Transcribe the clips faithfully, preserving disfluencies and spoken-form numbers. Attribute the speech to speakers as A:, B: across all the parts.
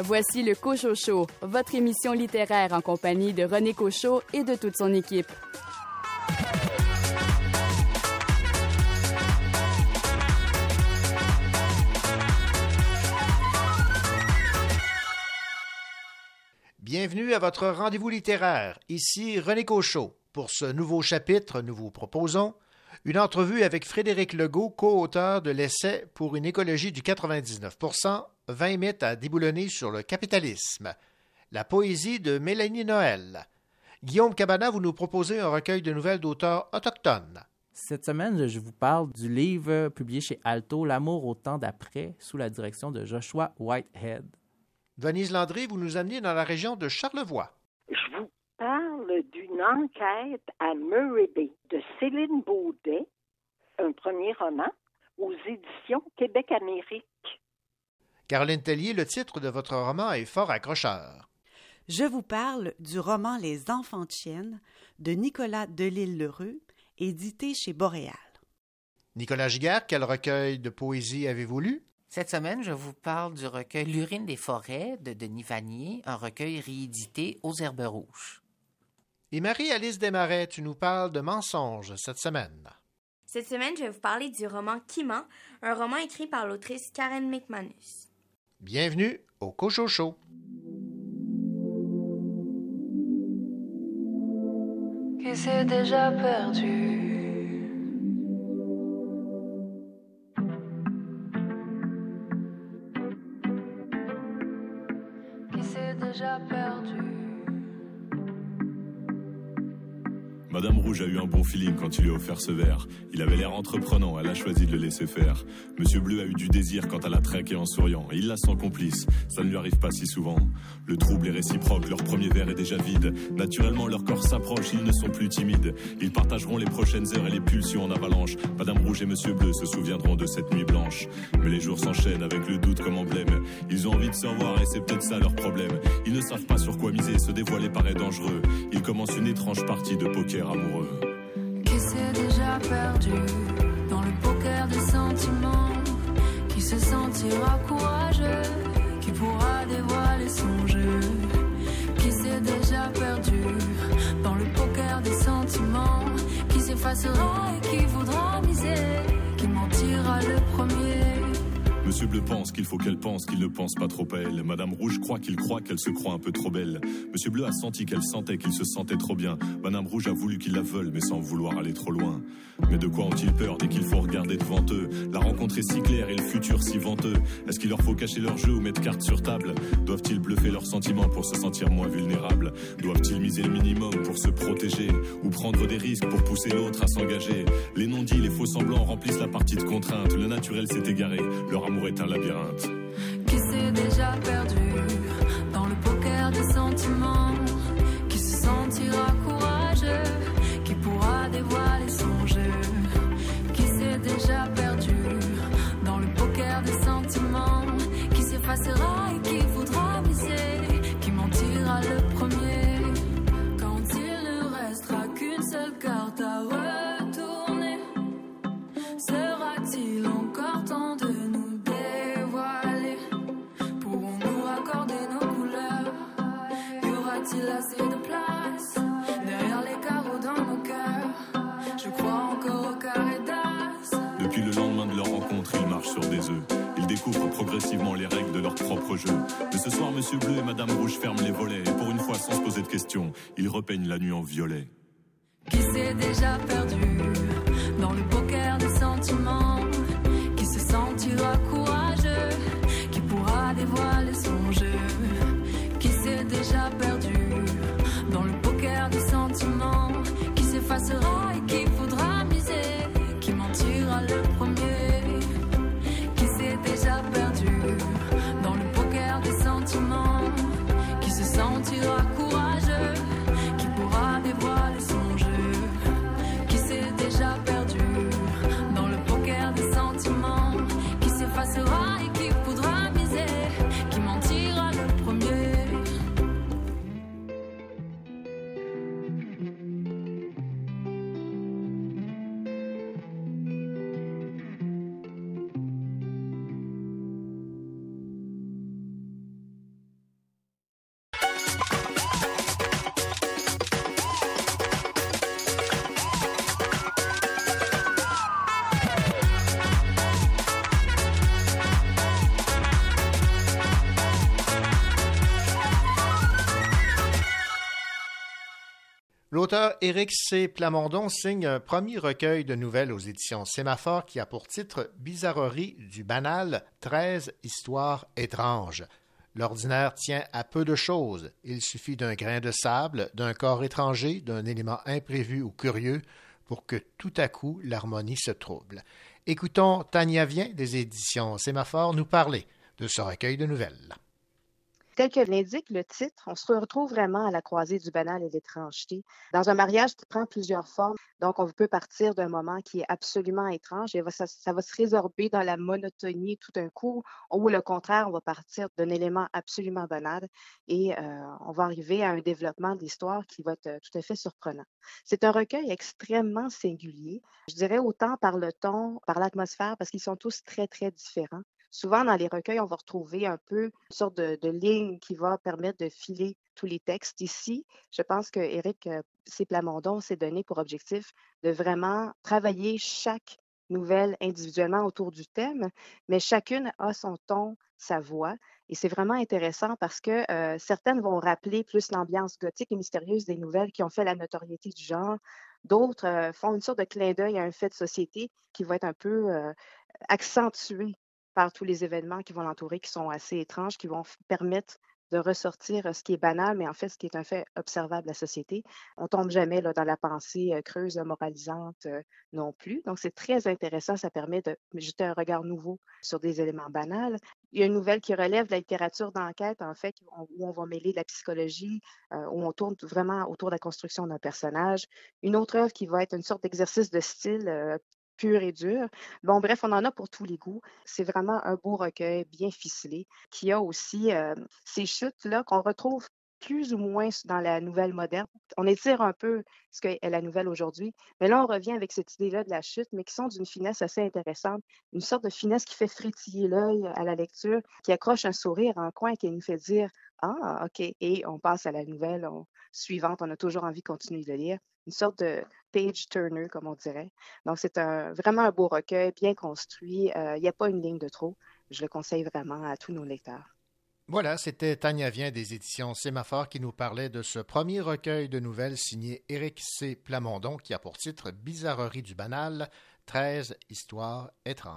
A: Voici le Cochot Show, votre émission littéraire en compagnie de René Cochot et de toute son équipe.
B: Bienvenue à votre rendez-vous littéraire. Ici René Cochot. Pour ce nouveau chapitre, nous vous proposons une entrevue avec Frédéric Legault, co-auteur de l'essai « Pour une écologie du quatre-vingt-dix-neuf pour cent, vingt mythes à déboulonner sur le capitalisme », la poésie de Mélanie Noël. Guillaume Cabana, vous nous proposez un recueil de nouvelles d'auteurs autochtones.
C: Cette semaine, je vous parle du livre publié chez Alto, L'amour au temps d'après, sous la direction de Joshua Whitehead.
B: Denise Landry, vous nous amenez dans la région de Charlevoix.
D: Je vous parle d'une enquête à Murray Bay de Céline Baudet, un premier roman, aux éditions Québec-Amérique.
B: Caroline Tellier, le titre de votre roman est fort accrocheur.
E: Je vous parle du roman Les Enfants tiennent de Nicolas Delisle-Lheureux, édité chez Boréal.
B: Nicolas Giguère, quel recueil de poésie avez-vous lu?
F: Cette semaine, je vous parle du recueil L'urine des forêts de Denis Vanier, un recueil réédité aux Herbes rouges.
B: Et Marie-Alice Desmarais, tu nous parles de mensonges cette semaine.
G: Cette semaine, je vais vous parler du roman Qui ment, un roman écrit par l'autrice Karen McManus.
B: Bienvenue au Cochot Show.
H: Qui s'est déjà perdu. Déjà perdu.
I: Madame Rouge a eu un bon feeling quand il lui a offert ce verre. Il avait l'air entreprenant, elle a choisi de le laisser faire. Monsieur Bleu a eu du désir quand elle a trinqué en souriant. Et il la sent complice, ça ne lui arrive pas si souvent. Le trouble est réciproque, leur premier verre est déjà vide. Naturellement, leur corps s'approche, ils ne sont plus timides. Ils partageront les prochaines heures et les pulsions en avalanche. Madame Rouge et Monsieur Bleu se souviendront de cette nuit blanche. Mais les jours s'enchaînent avec le doute comme emblème. Ils ont envie de se revoir et c'est peut-être ça leur problème. Ils ne savent pas sur quoi miser, se dévoiler paraît dangereux. Ils commencent une étrange partie de poker amoureux.
H: Qui s'est déjà perdu dans le poker des sentiments? Qui se sentira courageux? Qui pourra dévoiler son jeu? Qui s'est déjà perdu dans le poker des sentiments? Qui s'effacera et qui voudra miser? Qui mentira le premier?
I: Monsieur Bleu pense qu'il faut qu'elle pense qu'il ne pense pas trop à elle. Madame Rouge croit qu'il croit qu'elle se croit un peu trop belle. Monsieur Bleu a senti qu'elle sentait qu'il se sentait trop bien. Madame Rouge a voulu qu'il la veuille, mais sans vouloir aller trop loin. Mais de quoi ont-ils peur dès qu'il faut regarder devant eux? La rencontre est si claire et le futur si venteux. Est-ce qu'il leur faut cacher leur jeu ou mettre carte sur table? Doivent-ils bluffer leurs sentiments pour se sentir moins vulnérables? Doivent-ils miser le minimum pour se protéger? Ou prendre des risques pour pousser l'autre à s'engager? Les non-dits, les faux semblants remplissent la partie de contrainte. Le naturel s'est égaré, leur amour est un labyrinthe.
H: Qui s'est déjà perdu dans le poker des sentiments? Qui se sentira courageux? Qui pourra dévoiler son jeu? Qui s'est déjà perdu dans le poker des sentiments? Qui s'effacera et qui voudra miser? Qui mentira le premier? Quand il ne restera qu'une seule carte à retourner, sera-t-il encore temps de nous dévoiler? Pourrons-nous accorder nos couleurs? Y aura-t-il assez de place derrière les carreaux dans nos cœurs? Je crois encore au carré d'as.
I: Depuis le lendemain de leur rencontre, ils marchent sur des œufs. Ils découvrent progressivement les règles de leur propre jeu. Mais ce soir, Monsieur Bleu et Madame Rouge ferment les volets. Et pour une fois, sans se poser de questions, ils repeignent la nuit en violet.
H: Qui s'est déjà perdu dans le poker des sentiments? Qui se sentira courageux? Qui pourra dévoiler son jeu? Qui s'est déjà perdu dans le poker des sentiments? Qui s'effacera et qui voudra miser? Qui mentira le premier? Qui s'est déjà perdu dans le poker des sentiments? Qui se sentira courageux? Qui pourra dévoiler son jeu? Qui s'est déjà perdu dans le poker des sentiments? Qui s'effacera et qui voudra miser? Qui mentira le premier?
B: L'auteur Éric C. Plamondon signe un premier recueil de nouvelles aux éditions Sémaphore qui a pour titre « Bizarrerie du banal, treize histoires étranges ». L'ordinaire tient à peu de choses. Il suffit d'un grain de sable, d'un corps étranger, d'un élément imprévu ou curieux pour que tout à coup l'harmonie se trouble. Écoutons Tania Vien des éditions Sémaphore nous parler de ce recueil de nouvelles.
J: Tel que l'indique le titre, on se retrouve vraiment à la croisée du banal et de l'étrangeté, dans un mariage qui prend plusieurs formes. Donc, on peut partir d'un moment qui est absolument étrange et ça, ça va se résorber dans la monotonie tout d'un coup, ou au contraire, on va partir d'un élément absolument banal et euh, on va arriver à un développement de l'histoire qui va être tout à fait surprenant. C'est un recueil extrêmement singulier, je dirais autant par le ton, par l'atmosphère, parce qu'ils sont tous très, très différents. Souvent, dans les recueils, on va retrouver un peu une sorte de, de ligne qui va permettre de filer tous les textes. Ici, je pense que Éric C. Plamondon s'est donné pour objectif de vraiment travailler chaque nouvelle individuellement autour du thème, mais chacune a son ton, sa voix. Et c'est vraiment intéressant parce que euh, certaines vont rappeler plus l'ambiance gothique et mystérieuse des nouvelles qui ont fait la notoriété du genre. D'autres euh, font une sorte de clin d'œil à un fait de société qui va être un peu euh, accentué par tous les événements qui vont l'entourer, qui sont assez étranges, qui vont permettre de ressortir ce qui est banal, mais en fait, ce qui est un fait observable de la société. On ne tombe jamais là, dans la pensée euh, creuse, moralisante euh, non plus. Donc, c'est très intéressant. Ça permet de jeter un regard nouveau sur des éléments banals. Il y a une nouvelle qui relève de la littérature d'enquête, en fait, où on va mêler de la psychologie, euh, où on tourne vraiment autour de la construction d'un personnage. Une autre œuvre qui va être une sorte d'exercice de style euh, pur et dur. Bon, bref, on en a pour tous les goûts. C'est vraiment un beau recueil, bien ficelé, qui a aussi euh, ces chutes-là qu'on retrouve plus ou moins dans la nouvelle moderne. On étire un peu ce qu'est la nouvelle aujourd'hui, mais là, on revient avec cette idée-là de la chute, mais qui sont d'une finesse assez intéressante, une sorte de finesse qui fait frétiller l'œil à la lecture, qui accroche un sourire en coin, qui nous fait dire « Ah, OK », et on passe à la nouvelle on, suivante, on a toujours envie de continuer de lire. Une sorte de page-turner, comme on dirait. Donc, c'est un, vraiment un beau recueil, bien construit. Il euh, n'y a pas une ligne de trop. Je le conseille vraiment à tous nos lecteurs.
B: Voilà, c'était Tania Vien des éditions Sémaphore qui nous parlait de ce premier recueil de nouvelles signé Éric C. Plamondon qui a pour titre « Bizarrerie du banal, treize histoires étranges ».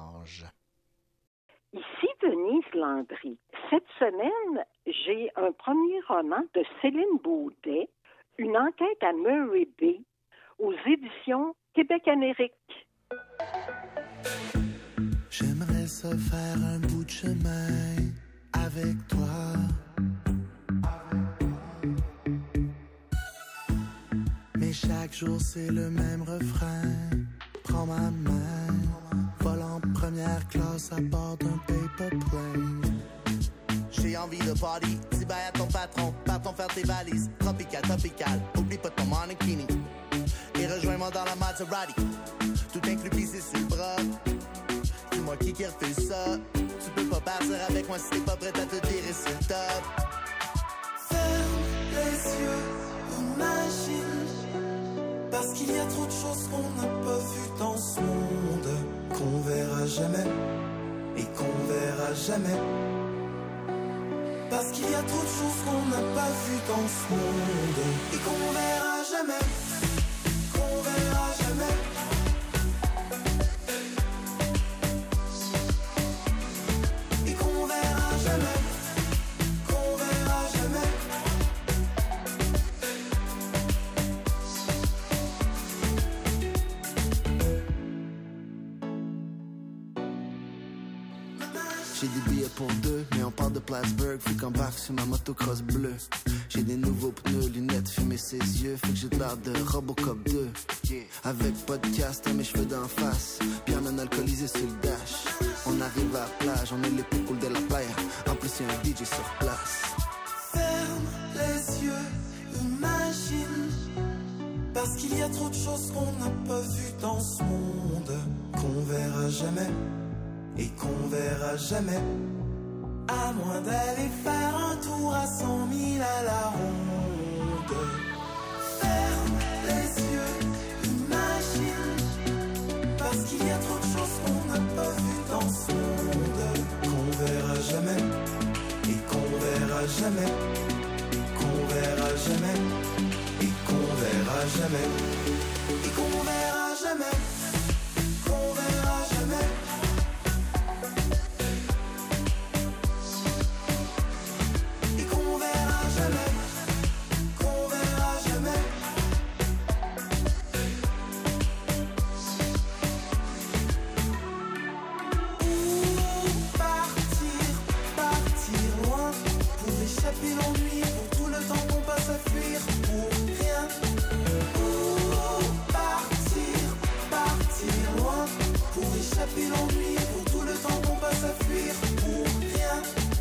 D: Ici Denise Landry. Cette semaine, j'ai un premier roman de Céline Baudet, Une enquête à Murray Bay, aux éditions Québec-Amérique.
K: J'aimerais se faire un bout de chemin avec toi. Mais chaque jour c'est le même refrain. Prends ma main, vole en première classe à bord d'un paper plane. J'ai envie de party, dis bye à ton patron, partons faire tes valises. Tropical, tropical, oublie pas ton mannequin. Et rejoins-moi dans la Maserati, tout inclus pissé sur le bras. Dis-moi qui qui refuse ça. Tu peux pas partir avec moi si t'es pas prête à te dire et c'est top.
L: Ferme les yeux, imagine. Parce qu'il y a trop de choses qu'on n'a pas vues dans ce monde, qu'on verra jamais et qu'on verra jamais. Parce qu'il y a trop de choses qu'on n'a pas vues dans ce monde et qu'on verra jamais, qu'on verra jamais. Et qu'on verra jamais, qu'on verra jamais.
K: J'ai des billets pour deux, mais on part de Plattsburgh, faut qu'on barque sur ma motocross bleue. J'ai des nouveaux pneus, lunettes, fumer ses yeux, fait que j'ai de l'air de Robocop deux. Avec podcast à mes cheveux d'en face, bien non alcoolisé sur le dash. On arrive à la plage, on est les plus cool de la playa, en plus y'a un D J sur place.
L: Ferme les yeux, imagine. Parce qu'il y a trop de choses qu'on n'a pas vues dans ce monde, qu'on verra jamais et qu'on verra jamais. À moins d'aller faire un tour à cent mille à la ronde. Ferme les yeux, imagine. Parce qu'il y a trop de choses qu'on n'a pas vues dans ce monde, qu'on verra jamais et qu'on verra jamais, qu'on verra jamais et qu'on verra jamais, et qu'on verra jamais, qu'on verra jamais. Et qu'on verra jamais, qu'on verra jamais. Où partir, partir loin, pour échapper l'ennui, pour tout le temps qu'on passe à fuir, pour rien. Où partir, partir loin, pour échapper l'ennui, pour tout le temps qu'on passe à fuir, pour rien.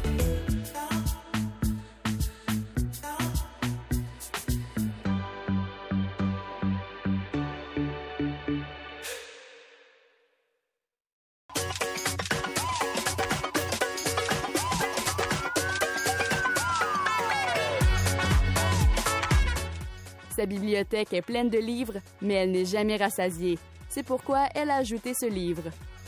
A: Sa bibliothèque est pleine de livres, mais elle n'est jamais rassasiée. C'est pourquoi elle a ajouté ce livre.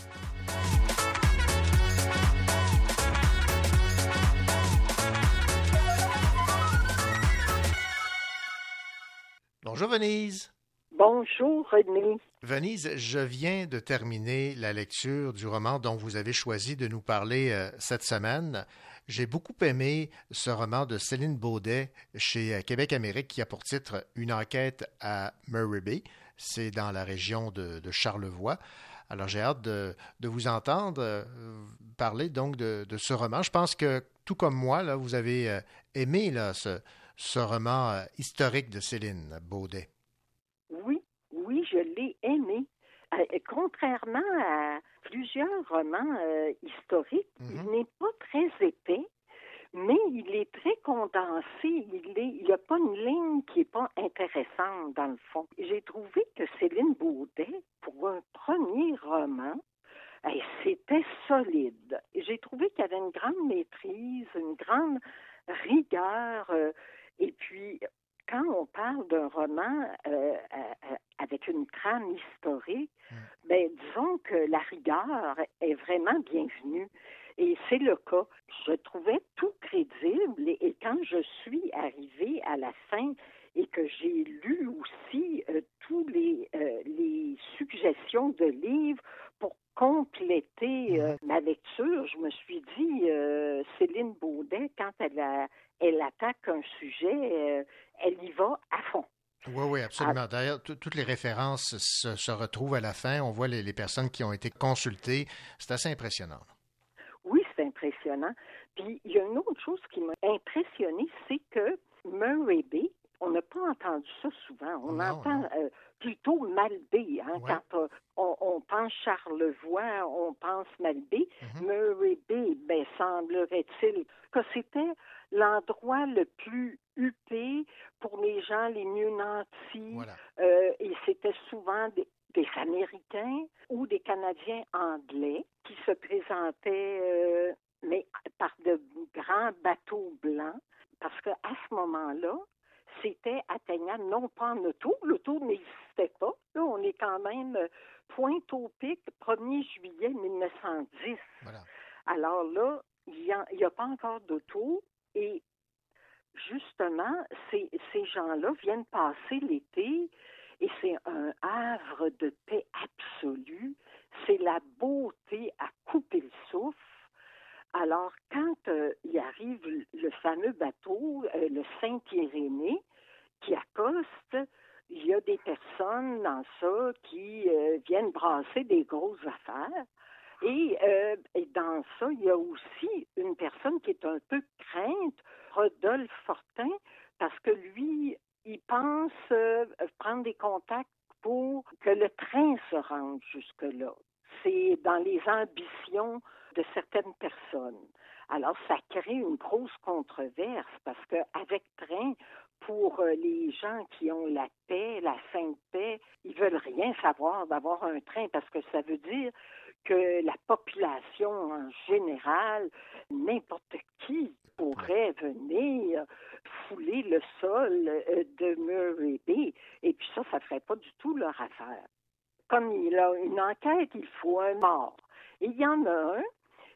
B: Bonjour Venise.
D: Bonjour René.
B: Venise, je viens de terminer la lecture du roman dont vous avez choisi de nous parler euh, cette semaine. J'ai beaucoup aimé ce roman de Céline Baudet chez euh, Québec Amérique qui a pour titre Une enquête à Murray Bay. C'est dans la région de, de Charlevoix. Alors j'ai hâte de, de vous entendre euh, parler donc de, de ce roman. Je pense que tout comme moi, là, vous avez euh, aimé là, ce, ce roman euh, historique de Céline Baudet.
D: Oui, oui, je l'ai aimé. Euh, contrairement à plusieurs romans euh, historiques, mm-hmm. il n'est pas très épais, mais il est très condensé. Il est, il n'y a pas une ligne qui n'est pas intéressante dans le fond. J'ai trouvé que Céline Baudet, pour un premier roman, hey, c'était solide. J'ai trouvé qu'il y avait une grande maîtrise, une grande rigueur, euh, et puis quand on parle d'un roman euh, euh, avec une trame historique, mm. ben disons que la rigueur est vraiment bienvenue. Et c'est le cas. Je trouvais tout crédible et, et quand je suis arrivée à la fin et que j'ai lu aussi euh, tous les, euh, les suggestions de livres pour compléter euh, ma lecture, je me suis dit, euh, Céline Baudet, quand elle, a, elle attaque un sujet, euh, elle y va à fond.
B: Oui, oui, absolument. Ah. D'ailleurs, t- toutes les références se, se retrouvent à la fin. On voit les, les personnes qui ont été consultées. C'est assez impressionnant.
D: Oui, c'est impressionnant. Puis, il y a une autre chose qui m'a impressionnée, c'est que Murray Bay, on n'a pas entendu ça souvent. On non, entend non. Euh, plutôt Malbaie. Hein, ouais. Quand euh, on, on pense Charlevoix, on pense Malbaie. Mm-hmm. Murray Bay, ben, semblerait-il que c'était l'endroit le plus huppé pour les gens les mieux nantis. Voilà. Euh, et c'était souvent des, des Américains ou des Canadiens anglais qui se présentaient, euh, mais par de grands bateaux blancs, parce qu'à ce moment-là, c'était atteignable, non pas en auto, l'auto n'existait pas. Là, on est quand même Pointe-au-Pic, premier juillet mille neuf cent dix. Voilà. Alors là, il n'y a, a pas encore d'auto et justement, ces, ces gens-là viennent passer l'été et c'est un havre de paix absolue. C'est la beauté à couper le souffle. Alors, quand euh, il arrive le, le fameux bateau, euh, le Saint-Irénée, qui accoste, il y a des personnes dans ça qui euh, viennent brasser des grosses affaires. Et, euh, et dans ça, il y a aussi une personne qui est un peu crainte, Rodolphe Fortin, parce que lui, il pense euh, prendre des contacts pour que le train se rende jusque-là. C'est dans les ambitions de certaines personnes. Alors, ça crée une grosse controverse parce qu'avec train, pour les gens qui ont la paix, la sainte paix, ils veulent rien savoir d'avoir un train parce que ça veut dire que la population en général, n'importe qui pourrait venir fouler le sol de Murray Bay et puis ça, ça ne ferait pas du tout leur affaire. Comme il a une enquête, il faut un mort. Et il y en a un,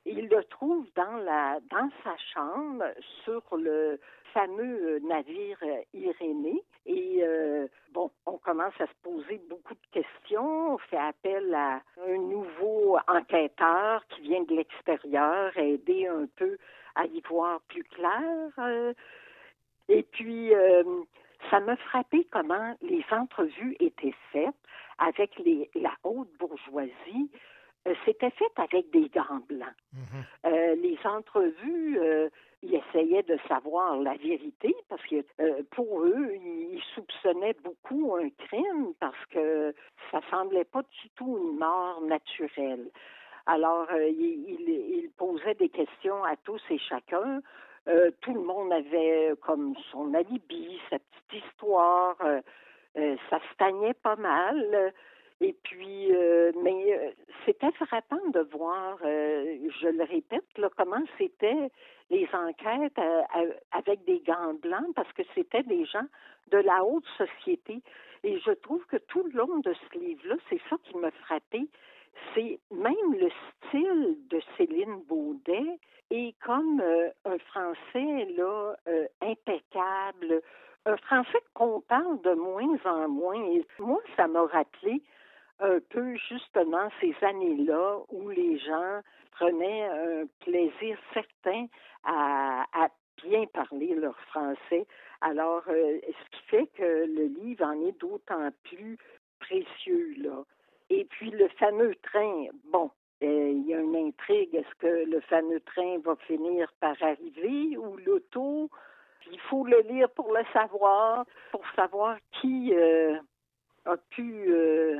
D: il le trouve dans la dans sa chambre sur le fameux navire Irénée. Et euh, bon, on commence à se poser beaucoup de questions. On fait appel à un nouveau enquêteur qui vient de l'extérieur, aider un peu à y voir plus clair. Euh, et puis, euh, ça m'a frappé comment les entrevues étaient faites avec les, la haute bourgeoisie. Euh, c'était fait avec des gants blancs. Mm-hmm. Euh, les entrevues, euh, ils essayaient de savoir la vérité parce que euh, pour eux, ils soupçonnaient beaucoup un crime parce que ça semblait pas du tout une mort naturelle. Alors, euh, ils il, il posaient des questions à tous et chacun. Euh, tout le monde avait comme son alibi, sa petite histoire. Euh, euh, ça se stagnait pas mal. Et puis, euh, mais euh, c'était frappant de voir, euh, je le répète, là, comment c'était les enquêtes euh, avec des gants blancs, parce que c'était des gens de la haute société. Et je trouve que tout le long de ce livre-là, c'est ça qui m'a frappé, c'est même le style de Céline Baudet est comme euh, un français là euh, impeccable, un français qu'on parle de moins en moins. Et moi, ça m'a rappelé un peu justement ces années-là où les gens prenaient un plaisir certain à, à bien parler leur français. Alors, euh, ce qui fait que le livre en est d'autant plus précieux, là. Et puis, le fameux train, bon, euh, il y a une intrigue. Est-ce que le fameux train va finir par arriver ou l'auto? Il faut le lire pour le savoir, pour savoir qui euh, a pu euh,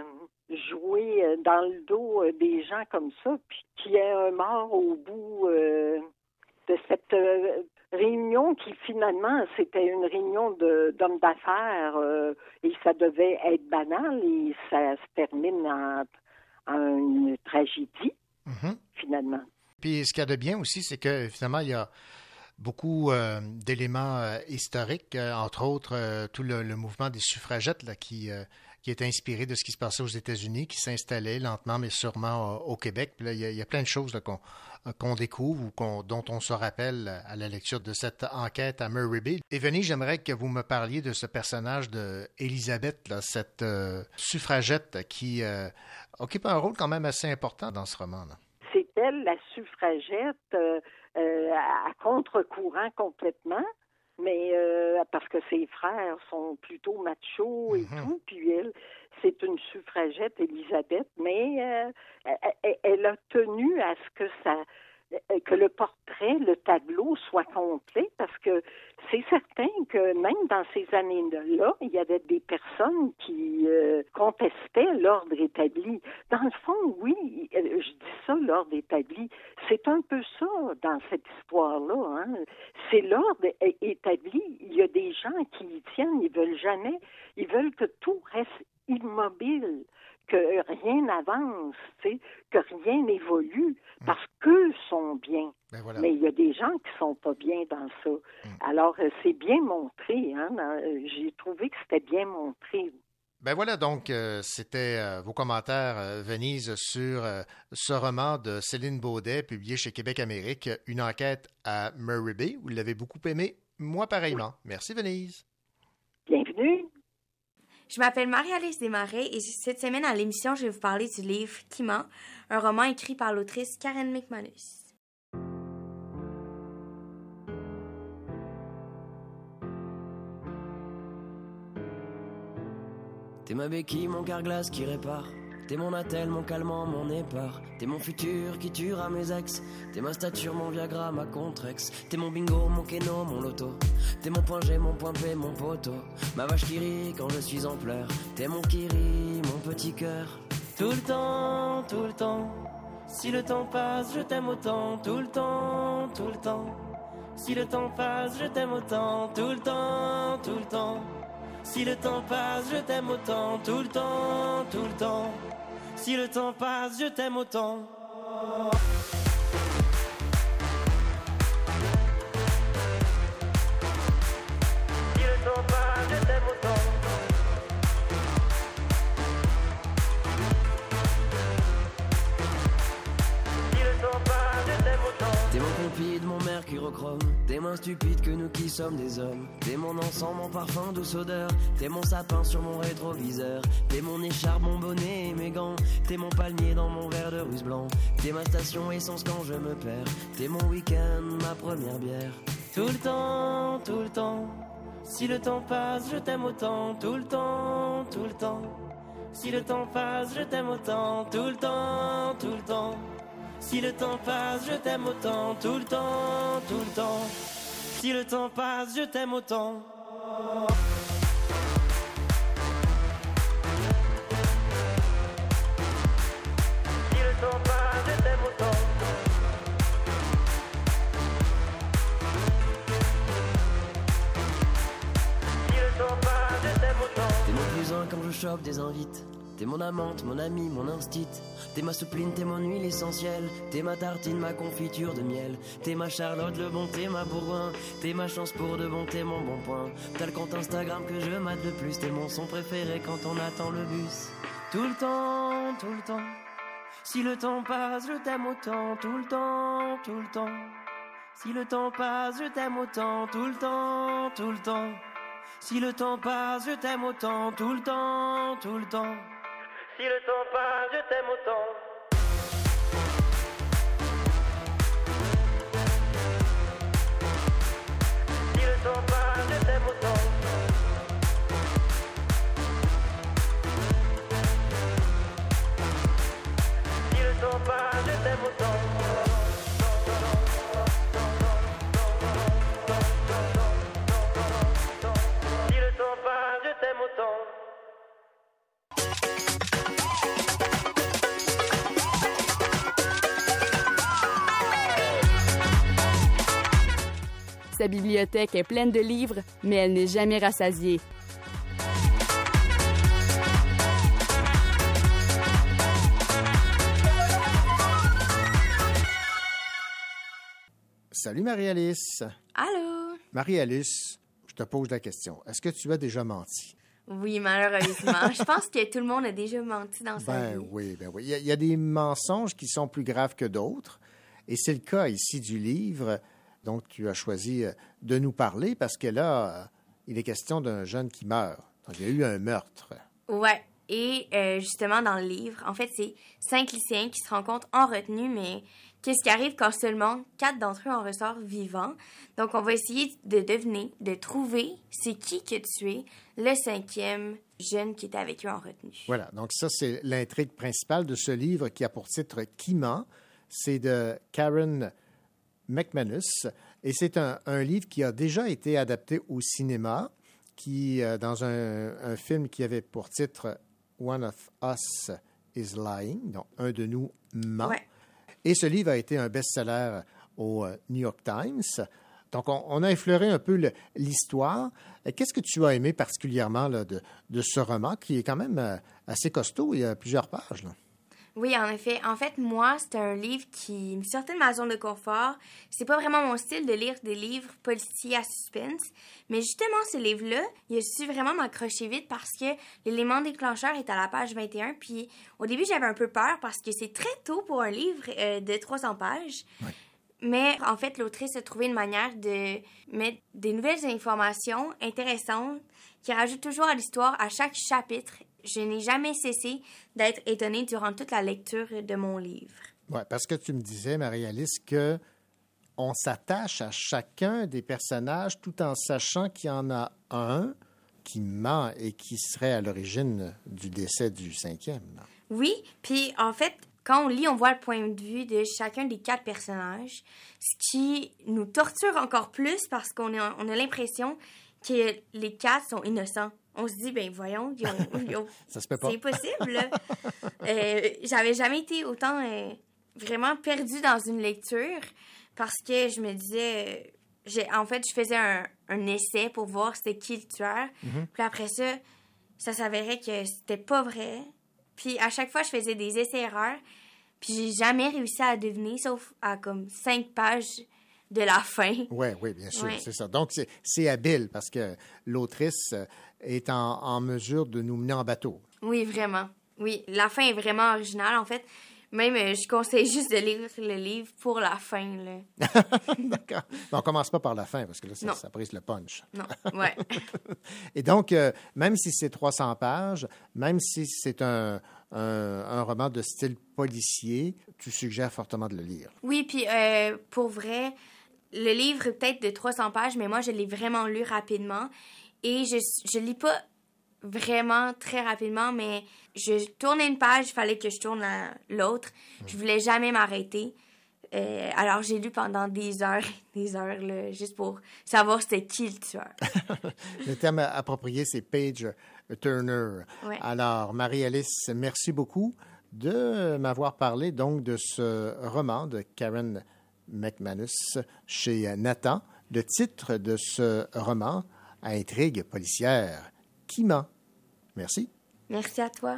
D: jouer dans le dos des gens comme ça, puis qu'il y ait un mort au bout euh, de cette euh, réunion qui, finalement, c'était une réunion de, d'hommes d'affaires euh, et ça devait être banal et ça se termine en, en une tragédie, mm-hmm. finalement.
B: Puis ce qu'il y a de bien aussi, c'est que, finalement, il y a beaucoup euh, d'éléments euh, historiques, euh, entre autres euh, tout le, le mouvement des suffragettes là, qui, euh, qui est inspiré de ce qui se passait aux États-Unis, qui s'installait lentement mais sûrement euh, au Québec. Puis là, il y a, il y a plein de choses là, qu'on, euh, qu'on découvre ou qu'on, dont on se rappelle à la lecture de cette enquête à Murray Bay. Et Venise, j'aimerais que vous me parliez de ce personnage d'Élisabeth, là, cette euh, suffragette qui euh, occupe un rôle quand même assez important dans ce roman. Là.
D: C'est elle, la suffragette, euh, euh, à contre-courant complètement, mais euh, parce que ses frères sont plutôt machos et mm-hmm. tout, puis elle, c'est une suffragette, Élisabeth, mais euh, elle, elle a tenu à ce que ça, que le portrait, le tableau soit complet, parce que c'est certain que même dans ces années-là, il y avait des personnes qui euh, contestaient l'ordre établi. Dans le fond, oui, je dis ça, l'ordre établi, c'est un peu ça dans cette histoire-là. Hein. C'est l'ordre établi. Il y a des gens qui y tiennent, ils veulent jamais, ils veulent que tout reste immobile, que rien n'avance, tu sais, que rien n'évolue, parce qu'eux sont bien.
B: Ben voilà.
D: Mais il y a des gens qui sont pas bien dans ça. Mm. Alors, euh, c'est bien montré. Hein, dans, euh, j'ai trouvé que c'était bien montré.
B: Ben voilà, donc, euh, c'était euh, vos commentaires, euh, Venise, sur euh, ce roman de Céline Baudet, publié chez Québec Amérique, Une enquête à Murray Bay. Vous l'avez beaucoup aimé, moi pareillement. Oui. Merci, Venise.
D: Bienvenue.
G: Je m'appelle Marie-Alice Desmarais et cette semaine à l'émission, je vais vous parler du livre Qui ment, un roman écrit par l'autrice Karen McManus.
M: T'es ma béquille, mon carglass qui répare. T'es mon attel, mon calmant, mon épar. T'es mon futur qui tuera mes ex. T'es ma stature, mon Viagra, ma Contrex. T'es mon bingo, mon keno, mon loto. T'es mon point G, mon point P, mon poteau. Ma vache qui rit quand je suis en pleurs. T'es mon kiri, mon petit cœur. Tout le temps, tout le temps. Si le temps passe, je t'aime autant. Tout le temps, tout le temps. Si le temps passe, je t'aime autant. Tout le temps, tout le temps. Si le temps passe, je t'aime autant. Tout le temps, tout le temps. Si le temps passe, je t'aime autant. Si le temps passe, je t'aime autant. Si le temps passe, je t'aime moins stupide que nous qui sommes des hommes. T'es mon encens, mon parfum, douce odeur. T'es mon sapin sur mon rétroviseur. T'es mon écharpe, mon bonnet et mes gants. T'es mon palmier dans mon verre de russe blanc. T'es ma station essence quand je me perds. T'es mon week-end, ma première bière. Tout le temps, tout le temps. Si le temps passe, je t'aime autant. Tout le temps, tout le temps. Si le temps passe, je t'aime autant. Tout le temps, tout le temps. Si le temps passe, je t'aime autant. Tout le temps, tout le temps. Si le temps passe, je t'aime autant. Si le temps passe, je t'aime autant. Si le temps passe, je t'aime autant. T'es mon plus un quand je chope des invites. T'es mon amante, mon ami, mon instit. T'es ma soupline, t'es mon huile essentielle. T'es ma tartine, ma confiture de miel. T'es ma Charlotte, le bon, t'es ma Bourgoin. T'es ma chance pour de bon, t'es mon bon point. T'as le compte Instagram que je mate le plus. T'es mon son préféré quand on attend le bus. Tout le temps, tout le temps. Si le temps passe, je t'aime autant. Tout le temps, tout le temps. Si le temps passe, je t'aime autant. Tout le temps, tout le temps. Si le temps passe, je t'aime autant. Tout le temps, tout le temps. Si le temps passe, je t'aime autant. Si le temps passe, je t'aime autant. Si le temps passe, je t'aime autant. Si le temps passe, je t'aime autant.
A: Sa bibliothèque est pleine de livres, mais elle n'est jamais rassasiée.
B: Salut Marie-Alice.
G: Allô?
B: Marie-Alice, je te pose la question. Est-ce que tu as déjà menti?
G: Oui, malheureusement. Je pense que tout le monde a déjà menti dans sa
B: Ben
G: vie.
B: oui, ben oui. Il y, a, il y a des mensonges qui sont plus graves que d'autres. Et c'est le cas ici du livre dont tu as choisi de nous parler parce que là, il est question d'un jeune qui meurt. Donc, il y a eu un meurtre.
G: Ouais. Et euh, justement, dans le livre, en fait, c'est cinq lycéens qui se rencontrent en retenue, mais qu'est-ce qui arrive quand seulement quatre d'entre eux en ressortent vivants? Donc, on va essayer de deviner, de trouver c'est qui qui a tué le cinquième jeune qui était avec eux en retenue.
B: Voilà. Donc, ça, c'est l'intrigue principale de ce livre qui a pour titre « Qui ment ». C'est de Karen McManus et c'est un, un livre qui a déjà été adapté au cinéma, qui, euh, dans un, un film qui avait pour titre « One of Us is Lying », donc « Un de nous ment ouais. ». Et ce livre a été un best-seller au euh, New York Times. Donc, on, on a effleuré un peu le, l'histoire. Qu'est-ce que tu as aimé particulièrement là, de, de ce roman, qui est quand même euh, assez costaud, il y a plusieurs pages, là?
G: Oui, en effet. En fait, moi, c'était un livre qui me sortait de ma zone de confort. C'est pas vraiment mon style de lire des livres policiers à suspense. Mais justement, ce livre-là, il a su vraiment m'accrocher vite parce que l'élément déclencheur est à la page vingt et un. Puis au début, j'avais un peu peur parce que c'est très tôt pour un livre euh, de trois cents pages. Ouais. Mais en fait, l'autrice a trouvé une manière de mettre des nouvelles informations intéressantes qui rajoutent toujours à l'histoire à chaque chapitre. Je n'ai jamais cessé d'être étonnée durant toute la lecture de mon livre.
B: Oui, parce que tu me disais, Marie-Alice, que on s'attache à chacun des personnages tout en sachant qu'il y en a un qui ment et qui serait à l'origine du décès du cinquième.
G: Oui, puis en fait, quand on lit, on voit le point de vue de chacun des quatre personnages, ce qui nous torture encore plus parce qu'on a, on a l'impression que les quatre sont innocents. On se dit, ben voyons, ils ont, ils ont...
B: ça se peut pas.
G: C'est possible. euh, j'avais jamais été autant euh, vraiment perdue dans une lecture parce que je me disais... Euh, j'ai, en fait, je faisais un, un essai pour voir c'était qui le tueur. Mm-hmm. Puis après ça, ça s'avérait que c'était pas vrai. Puis à chaque fois, je faisais des essais-erreurs. Puis j'ai jamais réussi à deviner, sauf à comme cinq pages de la fin.
B: Oui, oui, bien sûr,
G: ouais.
B: C'est ça. Donc, c'est, c'est habile parce que l'autrice est en, en mesure de nous mener en bateau.
G: Oui, vraiment. Oui, la fin est vraiment originale. En fait, Même, euh, je conseille juste de lire le livre pour la fin, là.
B: D'accord. Mais on commence pas par la fin, parce que là, ça,
G: Non.
B: ça brise le punch.
G: Non, ouais.
B: Et donc, euh, même si c'est trois cents pages, même si c'est un, un, un roman de style policier, tu suggères fortement de le lire.
G: Oui, puis euh, pour vrai, le livre est peut-être de trois cents pages, mais moi, je l'ai vraiment lu rapidement. Et je je lis pas vraiment très rapidement, mais je tournais une page, il fallait que je tourne la- l'autre. Je voulais jamais m'arrêter. Euh, alors, j'ai lu pendant des heures des heures, là, juste pour savoir c'était qui le tueur.
B: Le terme approprié, c'est Page Turner.
G: Ouais.
B: Alors, Marie-Alice, merci beaucoup de m'avoir parlé donc de ce roman de Karen McManus chez Nathan. Le titre de ce roman, Intrigue policière, qui ment. Merci.
G: Merci à toi.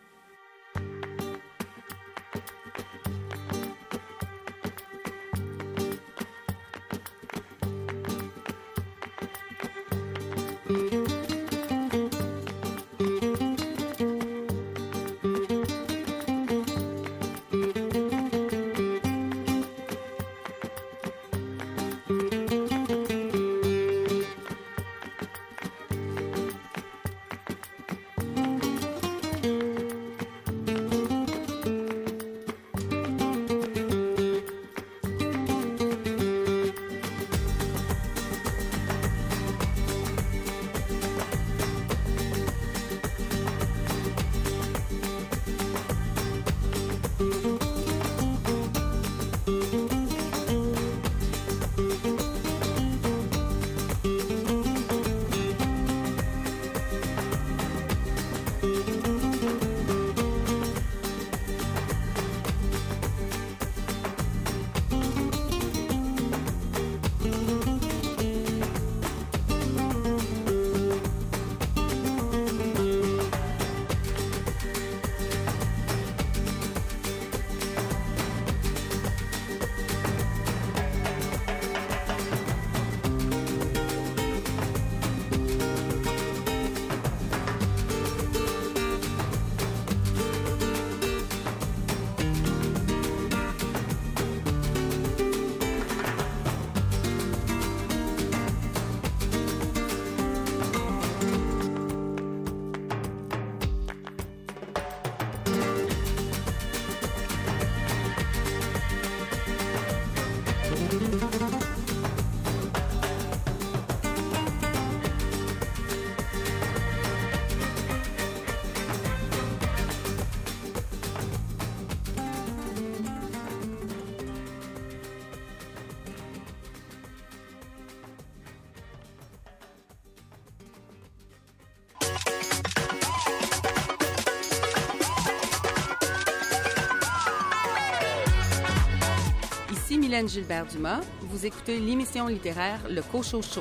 N: Ici Mylène Gilbert-Dumas. Vous écoutez l'émission littéraire Le Cochot Show.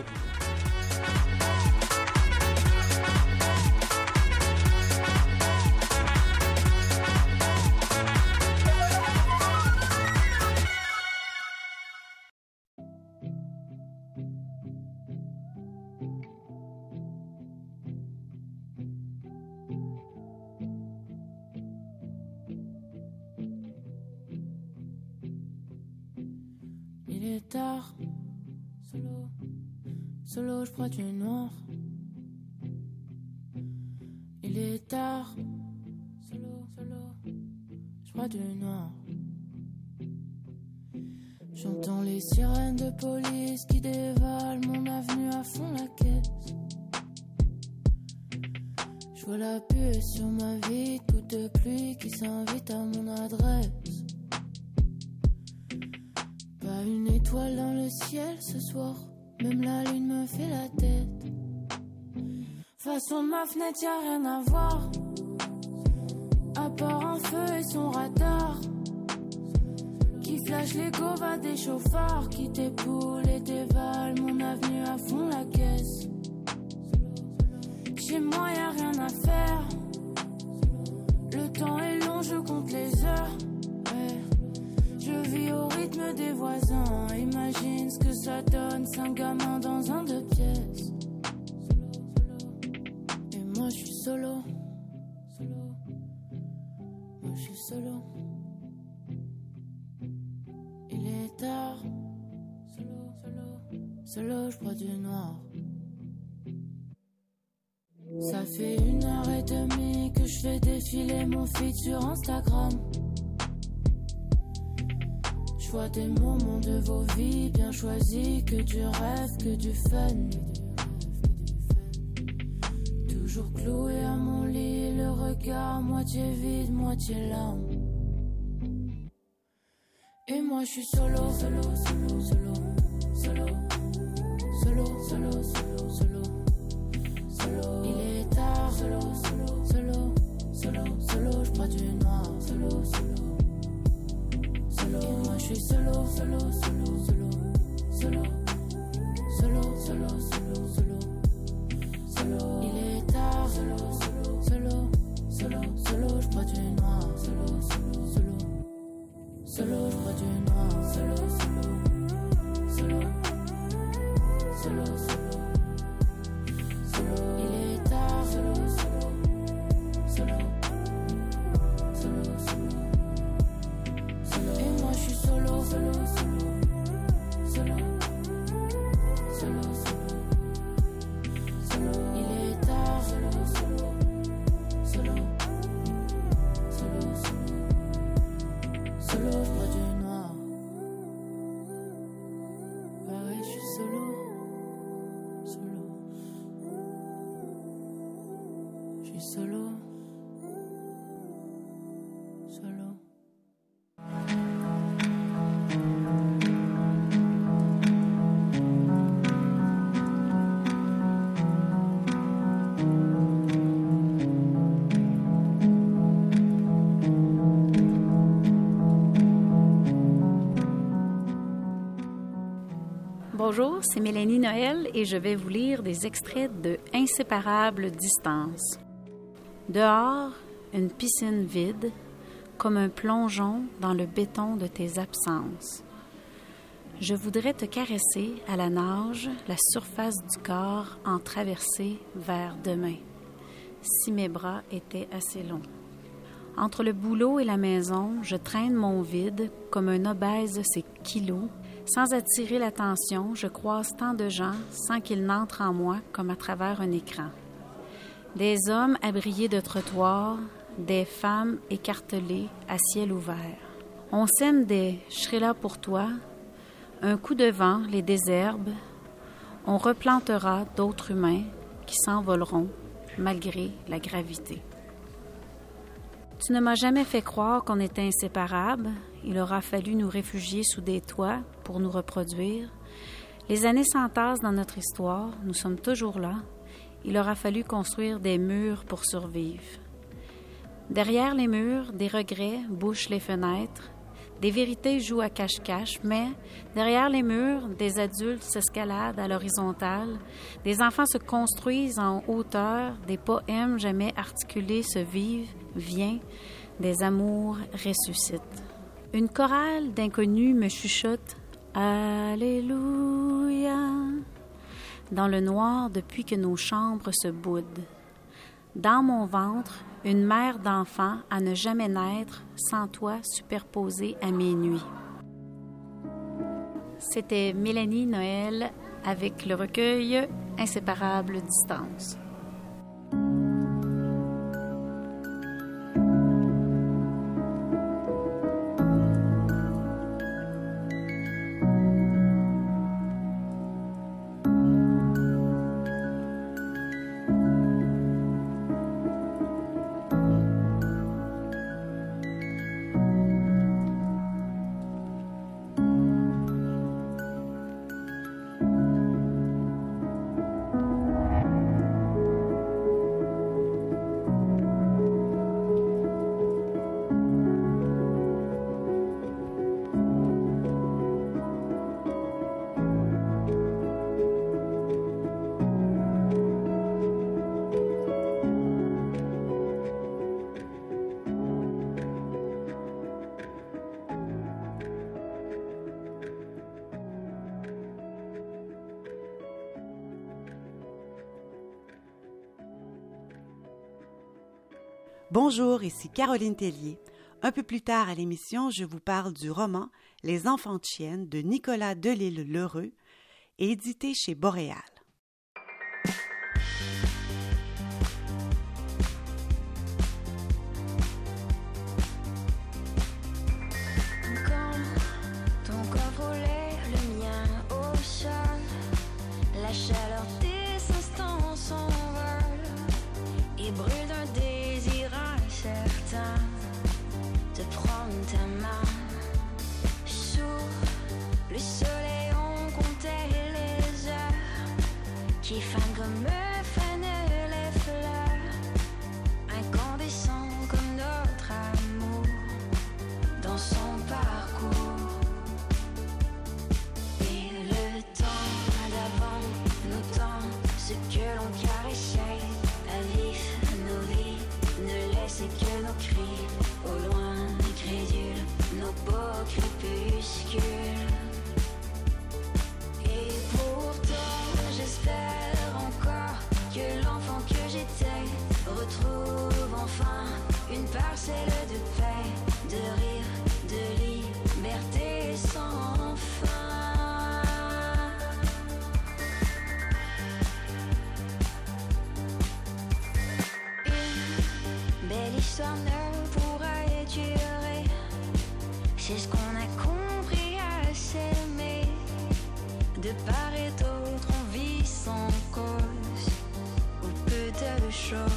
H: Il est tard, solo, solo, je prends du noir. Il est tard, solo, solo, je prends du noir. J'entends les sirènes de police qui dévalent mon avenue à fond la caisse. Je vois la pluie sur ma vie, goutte de pluie qui s'invite à mon adresse. Pas une étoile dans le ciel ce soir, même la lune me fait la tête. Façon de ma fenêtre, y'a rien à voir, à part un feu et son radar qui flash les govas des chauffards, qui t'époule et dévale mon avenue à fond la caisse. Chez moi y'a rien à faire, le temps est long, je compte les heures. Ouais. Je vis au rythme des voisins, imagine ce que ça donne, cinq gamins dans un deux pièces. Et moi je suis solo, solo, moi je suis solo. solo, je bois du noir. Ça fait une heure et demie que je fais défiler mon feed sur Instagram. Je vois des moments de vos vies bien choisis, que du rêve, que du fun. Toujours cloué à mon lit, le regard moitié vide, moitié larme. Et moi je suis solo, solo, solo, solo, solo, solo, solo, solo, solo, solo. Il est tard, solo, solo, solo, solo, solo. Je bois du noir, solo, solo, solo. Et moi je suis solo, solo, solo, solo, solo, solo, solo, solo, solo, solo. Il est tard, solo, solo, solo, solo, solo. Je bois du noir, solo, solo, solo. Solo, je bois du noir, solo, solo, solo, solo, solo, solo. Il est tard, solo, solo, solo, solo, solo, solo. Et moi je suis solo, solo, solo, solo, solo, solo, solo. Il est tard, solo, solo, solo, solo, solo. Solo, je bois du noir. Bah ouais, je suis solo. Solo. Je suis solo. Solo.
O: Bonjour, c'est Mélanie Noël et je vais vous lire des extraits de Inséparables distances. Dehors, une piscine vide, comme un plongeon dans le béton de tes absences. Je voudrais te caresser à la nage, la surface du corps en traversée vers demain, si mes bras étaient assez longs. Entre le boulot et la maison, je traîne mon vide comme un obèse ses kilos. Sans attirer l'attention, je croise tant de gens sans qu'ils n'entrent en moi comme à travers un écran. Des hommes abriés de trottoirs, des femmes écartelées à ciel ouvert. On sème des « je serai là pour toi », un coup de vent les désherbe, on replantera d'autres humains qui s'envoleront malgré la gravité. Tu ne m'as jamais fait croire qu'on était inséparables. Il aura fallu nous réfugier sous des toits pour nous reproduire. Les années s'entassent dans notre histoire. Nous sommes toujours là. Il aura fallu construire des murs pour survivre. Derrière les murs, des regrets bouchent les fenêtres. Des vérités jouent à cache-cache, mais derrière les murs, des adultes s'escaladent à l'horizontale. Des enfants se construisent en hauteur. Des poèmes jamais articulés se vivent, viennent. Des amours ressuscitent. Une chorale d'inconnus me chuchote « Alléluia » dans le noir depuis que nos chambres se boudent. Dans mon ventre, une mère d'enfant à ne jamais naître sans toi superposée à mes nuits. C'était Mélanie Noël avec le recueil Inséparables distances.
E: Bonjour, ici Caroline Tellier. Un peu plus tard à l'émission, je vous parle du roman Les Enfants de chienne de Nicolas Delisle-Lheureux, édité chez Boréal.
H: Ton corps au lait, le mien au sol, la chaleur des instants s'envole et brûle d'un désir incertain de prendre ta main. Sous le soleil on comptait les heures qui fanent comme fanent les fleurs, incandescents comme notre amour dans son parcours. Et le temps d'avant nous tend ce que l'on caressait, à vif nos vies, ne laissait que nos cris, au loin crédules, nos beaux crépuscules. Et pourtant j'espère encore que l'enfant que j'étais retrouve enfin une parcelle de paix, de rire, de liberté sans fin. Une belle histoire ne pourra durer, c'est ce qu'on a compris à s'aimer. De part et d'autre on vit sans cause ou peu de choses.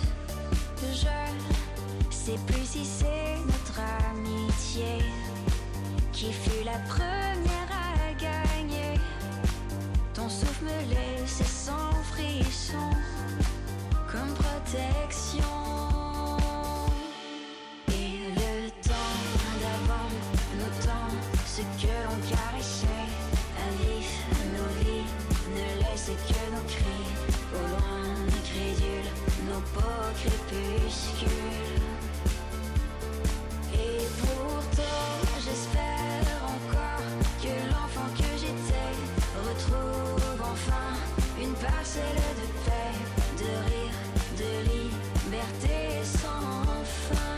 H: Je sais plus si c'est notre amitié qui fut la première à gagner. Ton souffle me laissait sans frisson comme protection. Et le temps d'avant nous tend ce que l'on caressait, à vif nos vies, ne laissait que nos cris, au loin crédules, nos beaux crépuscules. Et pourtant j'espère encore que l'enfant que j'étais retrouve enfin une parcelle de paix, de rire, de liberté sans fin.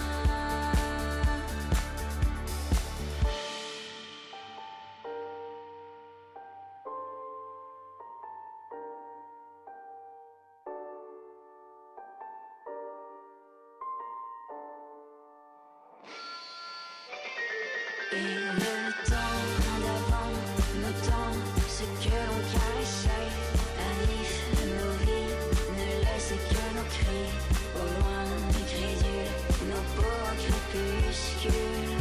H: Et le temps d'avant nous tend ce que l'on caressait, à vif nos vies, ne laissait que nos cris, au loin crédules, nos beaux crépuscules.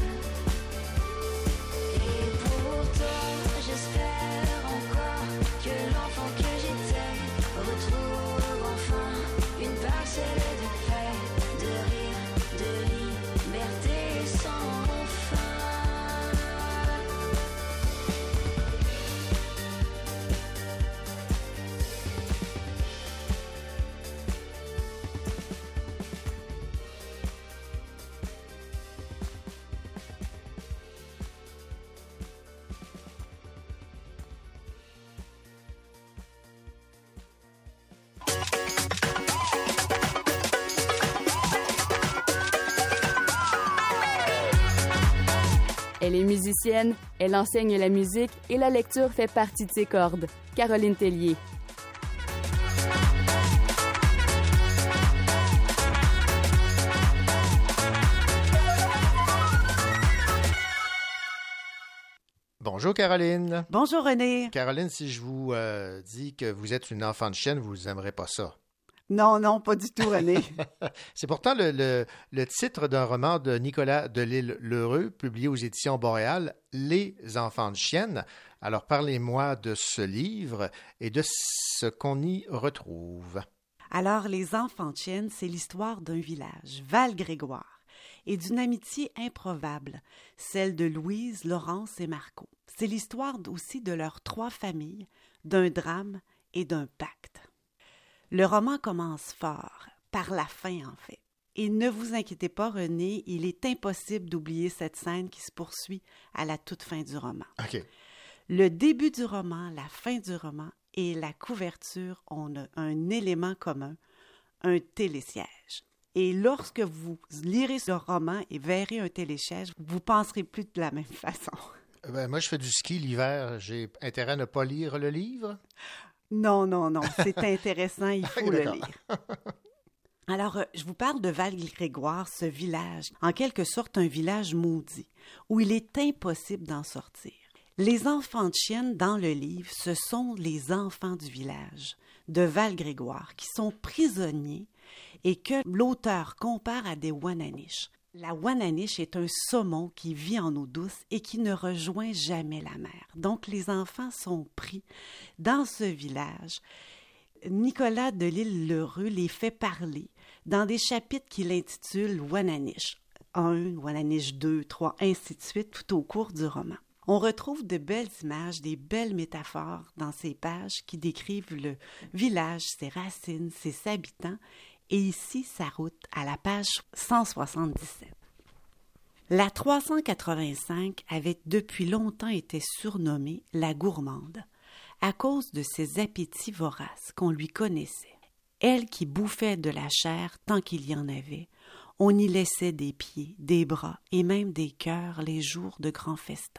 H: Et pourtant j'espère encore que l'enfant que j'étais retrouve enfin une parcelle de paix, de rire, de liberté sans fin.
A: Elle est musicienne, elle enseigne la musique et la lecture fait partie de ses cordes. Caroline Tellier.
B: Bonjour Caroline.
E: Bonjour René.
B: Caroline, si je vous euh, dis que vous êtes une enfant de chienne, vous n'aimerez pas ça.
E: Non, non, pas du tout, René.
B: C'est pourtant le, le, le titre d'un roman de Nicolas Delisle-Lheureux, publié aux éditions Boréal, Les enfants de chienne. Alors, parlez-moi de ce livre et de ce qu'on y retrouve.
E: Alors, Les enfants de chienne, c'est l'histoire d'un village, Val-Grégoire, et d'une amitié improbable, celle de Louise, Laurence et Marco. C'est l'histoire aussi de leurs trois familles, d'un drame et d'un pacte. Le roman commence fort, par la fin en fait. Et ne vous inquiétez pas, René, il est impossible d'oublier cette scène qui se poursuit à la toute fin du roman.
B: OK.
E: Le début du roman, la fin du roman et la couverture ont un élément commun, un télésiège. Et lorsque vous lirez ce roman et verrez un télésiège, vous ne penserez plus de la même façon.
B: Ben, moi, je fais du ski l'hiver. J'ai intérêt à ne pas lire le livre?
E: Non, non, non. C'est intéressant. Il faut le
B: D'accord.
E: lire. Alors, euh, je vous parle de Val-Grégoire, ce village, en quelque sorte un village maudit, où il est impossible d'en sortir. Les enfants de chienne dans le livre, ce sont les enfants du village de Val-Grégoire qui sont prisonniers et que l'auteur compare à des Wananiches. La Wananiche est un saumon qui vit en eau douce et qui ne rejoint jamais la mer. Donc, les enfants sont pris dans ce village. Nicolas de l'Île-Lheureux les fait parler dans des chapitres qu'il intitule Wananiche un, Wananiche deux, trois, ainsi de suite, tout au cours du roman. On retrouve de belles images, des belles métaphores dans ces pages qui décrivent le village, ses racines, ses habitants, et ici sa route à la page cent soixante-dix-sept. La trois cent quatre-vingt-cinq avait depuis longtemps été surnommée la gourmande, à cause de ses appétits voraces qu'on lui connaissait. Elle qui bouffait de la chair tant qu'il y en avait, on y laissait des pieds, des bras et même des cœurs les jours de grands festins.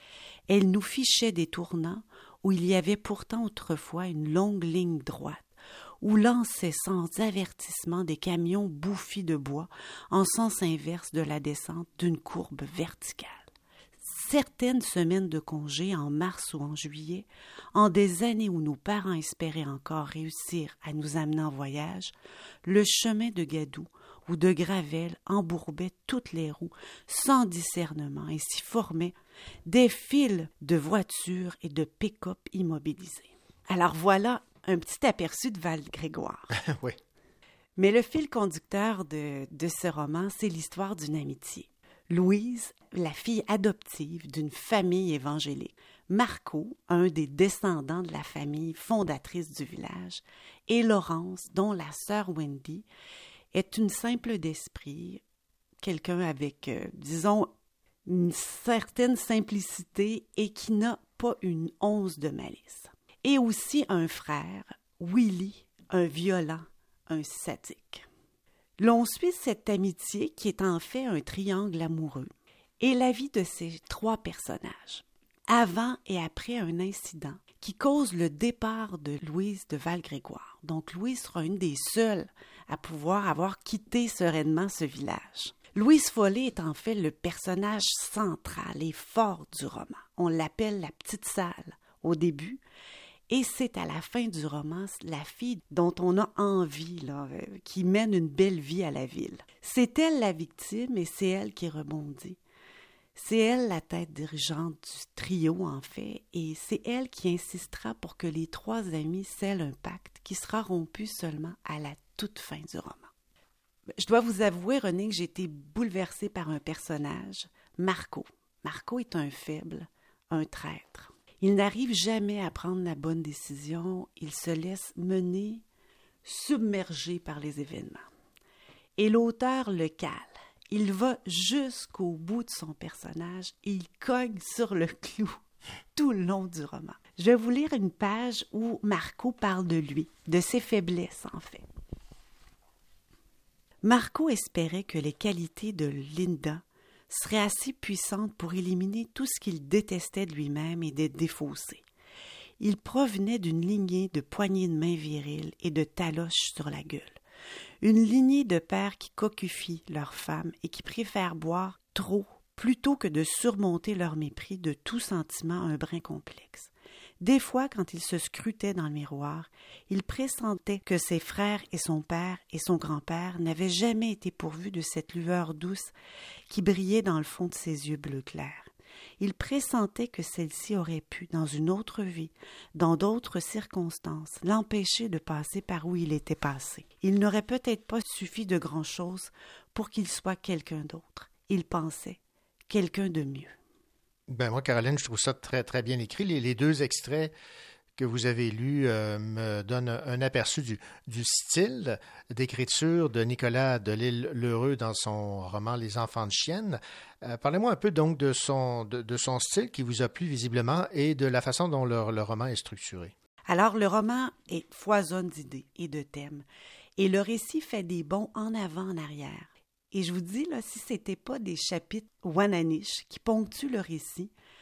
E: Elle nous fichait des tournants où il y avait pourtant autrefois une longue ligne droite, où lançaient sans avertissement des camions bouffis de bois en sens inverse de la descente d'une courbe verticale. Certaines semaines de congé en mars ou en juillet, en des années où nos parents espéraient encore réussir à nous amener en voyage, le chemin de Gadou ou de Gravelle embourbait toutes les roues sans discernement et s'y formaient des files de voitures et de pick-up immobilisés. Alors voilà un petit aperçu de Val-Grégoire.
B: Oui.
E: Mais le fil conducteur de, de ce roman, c'est l'histoire d'une amitié. Louise, la fille adoptive d'une famille évangélique. Marco, un des descendants de la famille fondatrice du village. Et Laurence, dont la sœur Wendy est une simple d'esprit, quelqu'un avec, euh, disons, une certaine simplicité et qui n'a pas une once de malice. Et aussi un frère, Willy, un violent, un sadique. L'on suit cette amitié qui est en fait un triangle amoureux et la vie de ces trois personnages, avant et après un incident qui cause le départ de Louise de Val-Grégoire. Donc Louise sera une des seules à pouvoir avoir quitté sereinement ce village. Louise Follet est en fait le personnage central et fort du roman. On l'appelle la petite salle au début. Et c'est à la fin du roman la fille dont on a envie, là, euh, qui mène une belle vie à la ville. C'est elle la victime et c'est elle qui rebondit. C'est elle la tête dirigeante du trio, en fait, et c'est elle qui insistera pour que les trois amis scellent un pacte qui sera rompu seulement à la toute fin du roman. Je dois vous avouer, René, que j'ai été bouleversée par un personnage, Marco. Marco est un faible, un traître. Il n'arrive jamais à prendre la bonne décision, il se laisse mener, submergé par les événements. Et l'auteur le cale. Il va jusqu'au bout de son personnage et il cogne sur le clou tout le long du roman. Je vais vous lire une page où Marco parle de lui, de ses faiblesses en fait. Marco espérait que les qualités de Linda serait assez puissante pour éliminer tout ce qu'il détestait de lui-même et des défaussés. Il provenait d'une lignée de poignées de main viriles et de taloches sur la gueule. Une lignée de pères qui cocufient leurs femmes et qui préfèrent boire trop plutôt que de surmonter leur mépris de tout sentiment un brin complexe. Des fois, quand il se scrutait dans le miroir, il pressentait que ses frères et son père et son grand-père n'avaient jamais été pourvus de cette lueur douce qui brillait dans le fond de ses yeux bleu clair. Il pressentait que celle-ci aurait pu, dans une autre vie, dans d'autres circonstances, l'empêcher de passer par où il était passé. Il n'aurait peut-être pas suffi de grand-chose pour qu'il soit quelqu'un d'autre. Il pensait quelqu'un de mieux.
B: Ben moi, Caroline, je trouve ça très, très bien écrit. Les, les deux extraits que vous avez lus euh, me donnent un, un aperçu du, du style d'écriture de Nicolas de l'Île-Lheureux dans son roman « Les enfants de chienne ». Euh, parlez-moi un peu donc de son, de, de son style qui vous a plu visiblement et de la façon dont le, le roman est structuré.
E: Alors, le roman est foisonne d'idées et de thèmes et le récit fait des bonds en avant, en arrière. Et je vous dis, là, si ce n'était pas des chapitres Wananiche qui ponctuent le récit,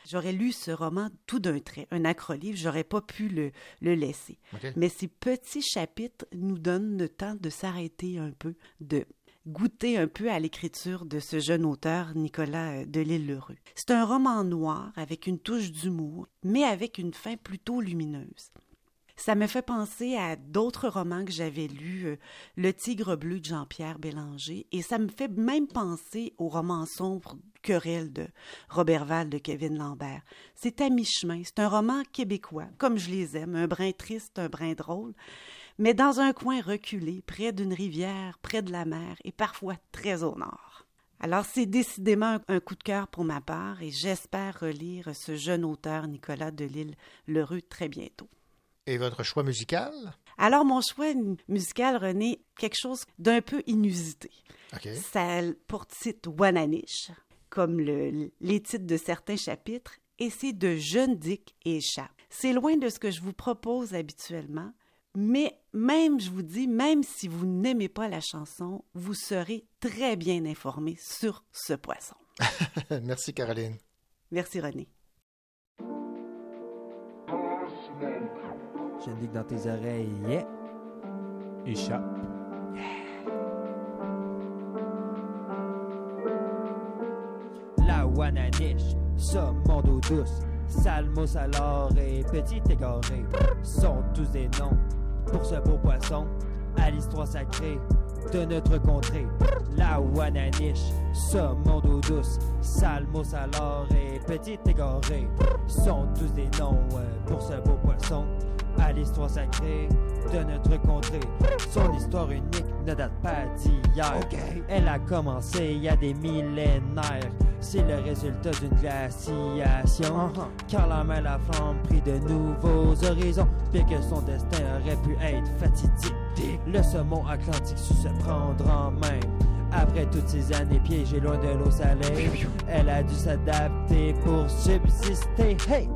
E: J'aurais lu ce roman tout d'un trait, un acrolivre, j'aurais pas pu le, le laisser. Okay. Mais ces petits chapitres nous donnent le temps de s'arrêter un peu, de goûter un peu à l'écriture de ce jeune auteur, Nicolas Delisle-Lheureux. C'est un roman noir avec une touche d'humour, mais avec une fin plutôt lumineuse. Ça me fait penser à d'autres romans que j'avais lus, euh, Le Tigre bleu de Jean-Pierre Bélanger, et ça me fait même penser au roman sombre Querelle de Roberval de Kevin Lambert. C'est à mi-chemin, c'est un roman québécois, comme je les aime, un brin triste, un brin drôle, mais dans un coin reculé, près d'une rivière, près de la mer, et parfois très au nord. Alors, c'est décidément un coup de cœur pour ma part, et j'espère relire ce jeune auteur Nicolas Delisle-Lheureux très bientôt.
B: Et votre choix musical?
E: Alors, mon choix musical, René, quelque chose d'un peu inusité.
B: Okay.
E: Ça a pour titre « Wananish », comme le, les titres de certains chapitres, et c'est de Jeune Dick et Échappe. C'est loin de ce que je vous propose habituellement, mais même, je vous dis, même si vous n'aimez pas la chanson, vous serez très bien informé sur ce poisson.
B: Merci, Caroline.
E: Merci, René.
P: Je dis que dans tes oreilles, yeah. Échappe. Yeah. La Wananish, ça, mon dos douce. Salmos alors et petit égaré sont tous des noms pour ce beau poisson à l'histoire sacrée de notre contrée. La Wananish, ça, mon dos douce. Salmos alors et petit égaré sont tous des noms pour ce beau poisson à l'histoire sacrée de notre contrée. Son histoire unique ne date pas d'hier. Okay. Elle a commencé il y a des millénaires. C'est le résultat d'une glaciation. Uh-huh. Car la mer la flamme prit de nouveaux horizons. Bien que son destin aurait pu être fatidique, le saumon atlantique sut se prendre en main. Après toutes ces années piégées loin de l'eau salée, elle a dû s'adapter pour subsister. Hey!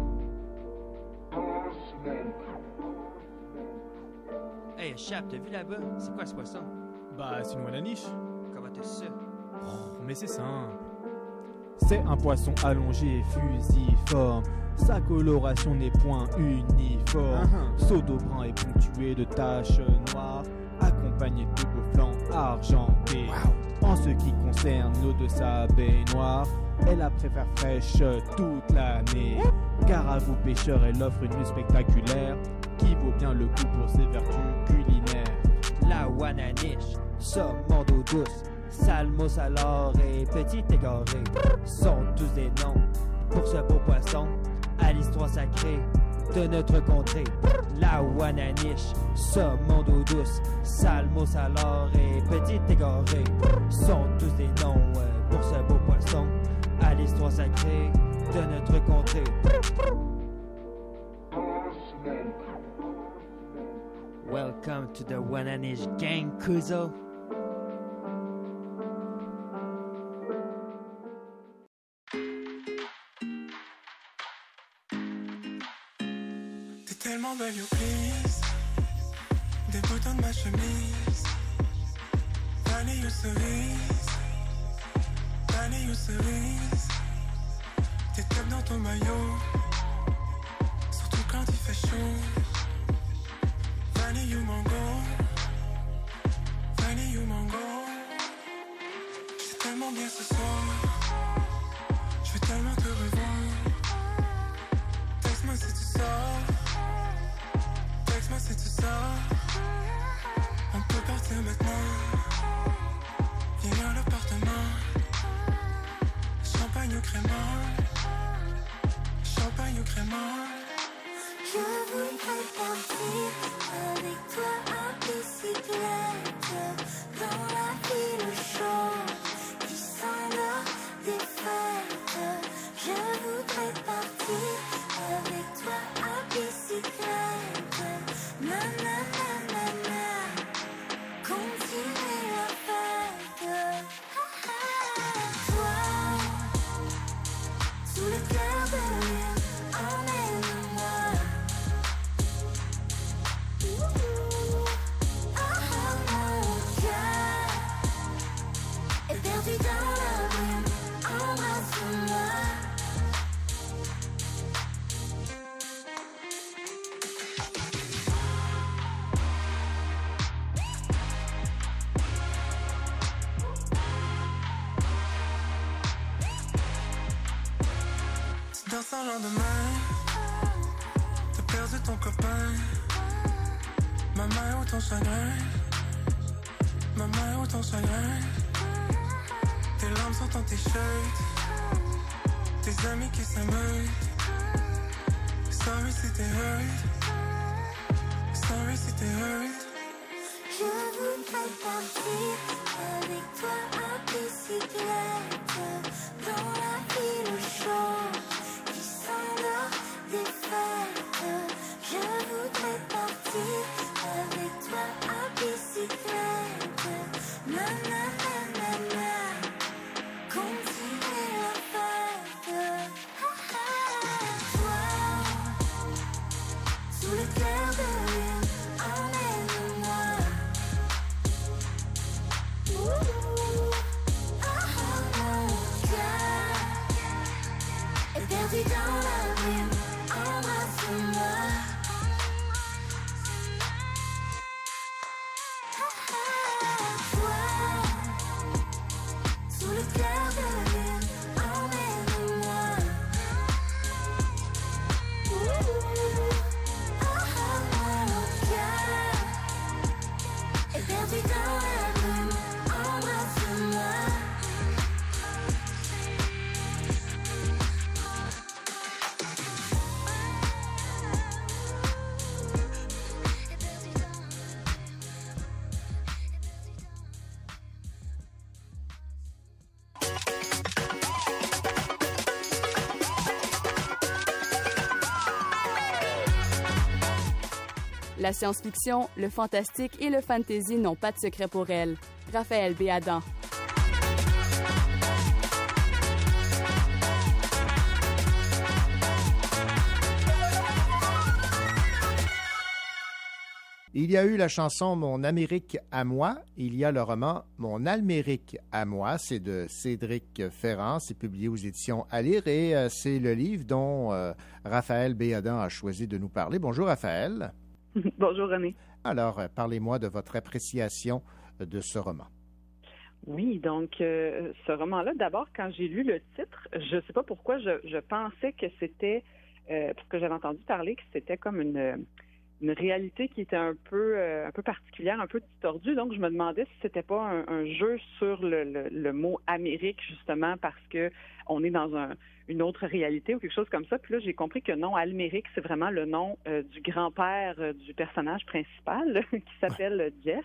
P: Hey, Chap, t'as vu là-bas? C'est quoi ce poisson?
Q: Bah, c'est une Wananish.
P: Comment t'as su ça?
Q: Oh, mais c'est simple. C'est un poisson allongé et fusiforme. Sa coloration n'est point uniforme. Uh-huh. Son dos brun est ponctué de taches noires, accompagné de beaux flancs argentés. Wow. En ce qui concerne l'eau de sa baignoire, elle la préfère fraîche toute l'année. Car à vous pêcheurs, elle offre une vue spectaculaire qui vaut bien le coup pour ses vertus culinaires.
P: La Wananish, ça, mon dos douce. Salmos alors et petit égaré sont tous des noms pour ce beau poisson à l'histoire sacrée de notre contrée. La Wananish, ça, mon dos douce. Salmos alors et petit égaré sont tous des noms pour ce beau poisson à l'histoire sacrée de notre contrée. Welcome to the Wananish gang, Kuzo.
L: T'es tellement belle, you please. Des boutons de ma chemise. Vanille ou cerise. Vanille ou cerise. T'es top dans ton maillot. Surtout quand il fait chaud. Vanille ou mango. Vanille ou mango. J'suis tellement bien ce soir. Je veux tellement te revoir. Texte-moi si tu sors. Texte-moi si tu sors. On peut partir maintenant. Viens à l'appartement. Champagne ou crémant. Champagne ou crémant.
R: Je voudrais partir avec toi à bicyclette dans la ville chaude qui s'endort des fêtes. Je voudrais partir avec toi à bicyclette. Na na na na na. Continuer la fête. Toi, sous le cœur de lune, emmène-moi.
L: un lendemain, t'as perdu ton copain. Maman, où ton chagrin? Maman, où ton chagrin? Tes larmes sont ton t-shirt, tes amis qui s'amusent. Sorry si t'es hurt, sorry si t'es hurt.
R: Je voudrais partir avec toi à bicyclette dans la ville chaude qui s'endort des fêtes. Je voudrais partir avec toi à bicyclette. Na na na na na, continuer la fête. Toi, sous le clair de lune, emmène-moi. Et perdu dans la brume, embrasse-moi. Toi, sous le clair de lune, emmène-moi. Et perdu dans la brume, embrasse-moi.
A: La science-fiction, le fantastique et le fantasy n'ont pas de secret pour elle. Raphaël Béadan.
B: Il y a eu la chanson « Mon Amérique à moi ». Il y a le roman « Mon Almérique à moi ». C'est de Cédric Ferrand. C'est publié aux éditions À lire et euh, c'est le livre dont euh, Raphaël Béadan a choisi de nous parler. Bonjour Raphaël.
S: Bonjour René.
B: Alors, euh, parlez-moi de votre appréciation de ce roman.
S: Oui, donc euh, ce roman-là, d'abord, quand j'ai lu le titre, je ne sais pas pourquoi, je, je pensais que c'était, euh, parce que j'avais entendu parler que c'était comme une... une réalité qui était un peu euh, un peu particulière, un peu distordue. Donc, je me demandais si c'était pas un, un jeu sur le, le, le mot Amérique, justement, parce que on est dans un, une autre réalité ou quelque chose comme ça. Puis là, j'ai compris que non, Almérique, c'est vraiment le nom euh, du grand-père euh, du personnage principal qui s'appelle Jess.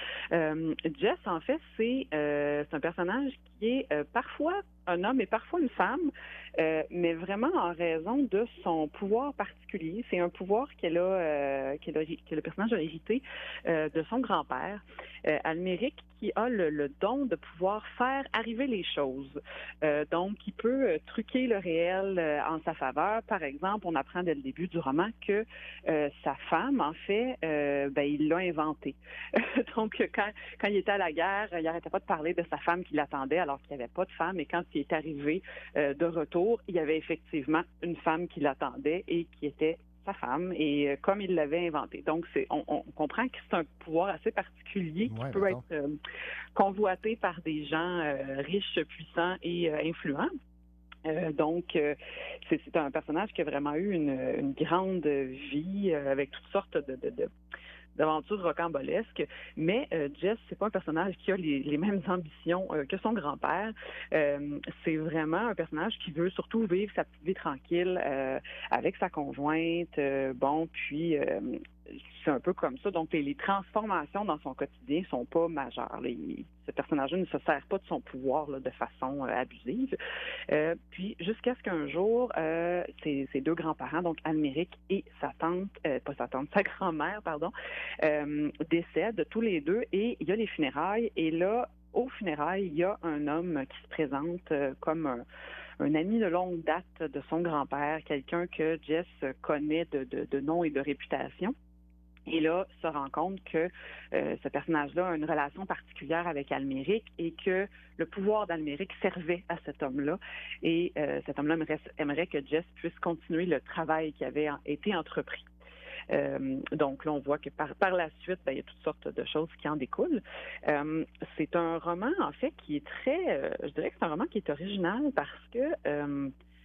S: Euh, Jess, en fait, c'est, euh, c'est un personnage qui est euh, parfois un homme et parfois une femme, euh, mais vraiment en raison de son pouvoir particulier. C'est un pouvoir qu'elle a, euh, qu'elle a, que le personnage a hérité euh, de son grand-père, euh, Almérique, qui a le, le don de pouvoir faire arriver les choses. Euh, donc, il peut euh, truquer le réel euh, en sa faveur. Par exemple, on apprend dès le début du roman que euh, sa femme, en fait, euh, ben, il l'a inventé. Donc, quand, quand il était à la guerre, il n'arrêtait pas de parler de sa femme qui l'attendait alors qu'il n'y avait pas de femme. Et quand il est arrivé euh, de retour, il y avait effectivement une femme qui l'attendait et qui était sa femme, et euh, comme il l'avait inventé. Donc, c'est, on, on comprend que c'est un pouvoir assez particulier qui ouais, peut être euh, convoité par des gens euh, riches, puissants et euh, influents. Euh, donc, euh, c'est, c'est un personnage qui a vraiment eu une, une grande vie euh, avec toutes sortes de... de, de d'aventures rocambolesques, mais euh, Jess, c'est pas un personnage qui a les, les mêmes ambitions euh, que son grand-père. Euh, c'est vraiment un personnage qui veut surtout vivre sa petite vie tranquille euh, avec sa conjointe. Euh, bon, puis euh, c'est un peu comme ça. Donc, les, les transformations dans son quotidien sont pas majeures. Là. Il, ce personnage-là ne se sert pas de son pouvoir là, de façon euh, abusive. Euh, puis, jusqu'à ce qu'un jour, euh, ses, ses deux grands-parents, donc Almérique et sa tante, euh, pas sa tante, sa grand-mère, pardon, euh, décèdent tous les deux et il y a les funérailles. Et là, aux funérailles, il y a un homme qui se présente euh, comme un, un ami de longue date de son grand-père, quelqu'un que Jess connaît de, de, de nom et de réputation. Et là, se rend compte que euh, ce personnage-là a une relation particulière avec Almérique et que le pouvoir d'Almérique servait à cet homme-là. Et euh, cet homme-là aimerait, aimerait que Jess puisse continuer le travail qui avait été entrepris. Euh, donc là, on voit que par, par la suite, ben, il y a toutes sortes de choses qui en découlent. Euh, c'est un roman, en fait, qui est très... Euh, je dirais que c'est un roman qui est original parce que... Euh,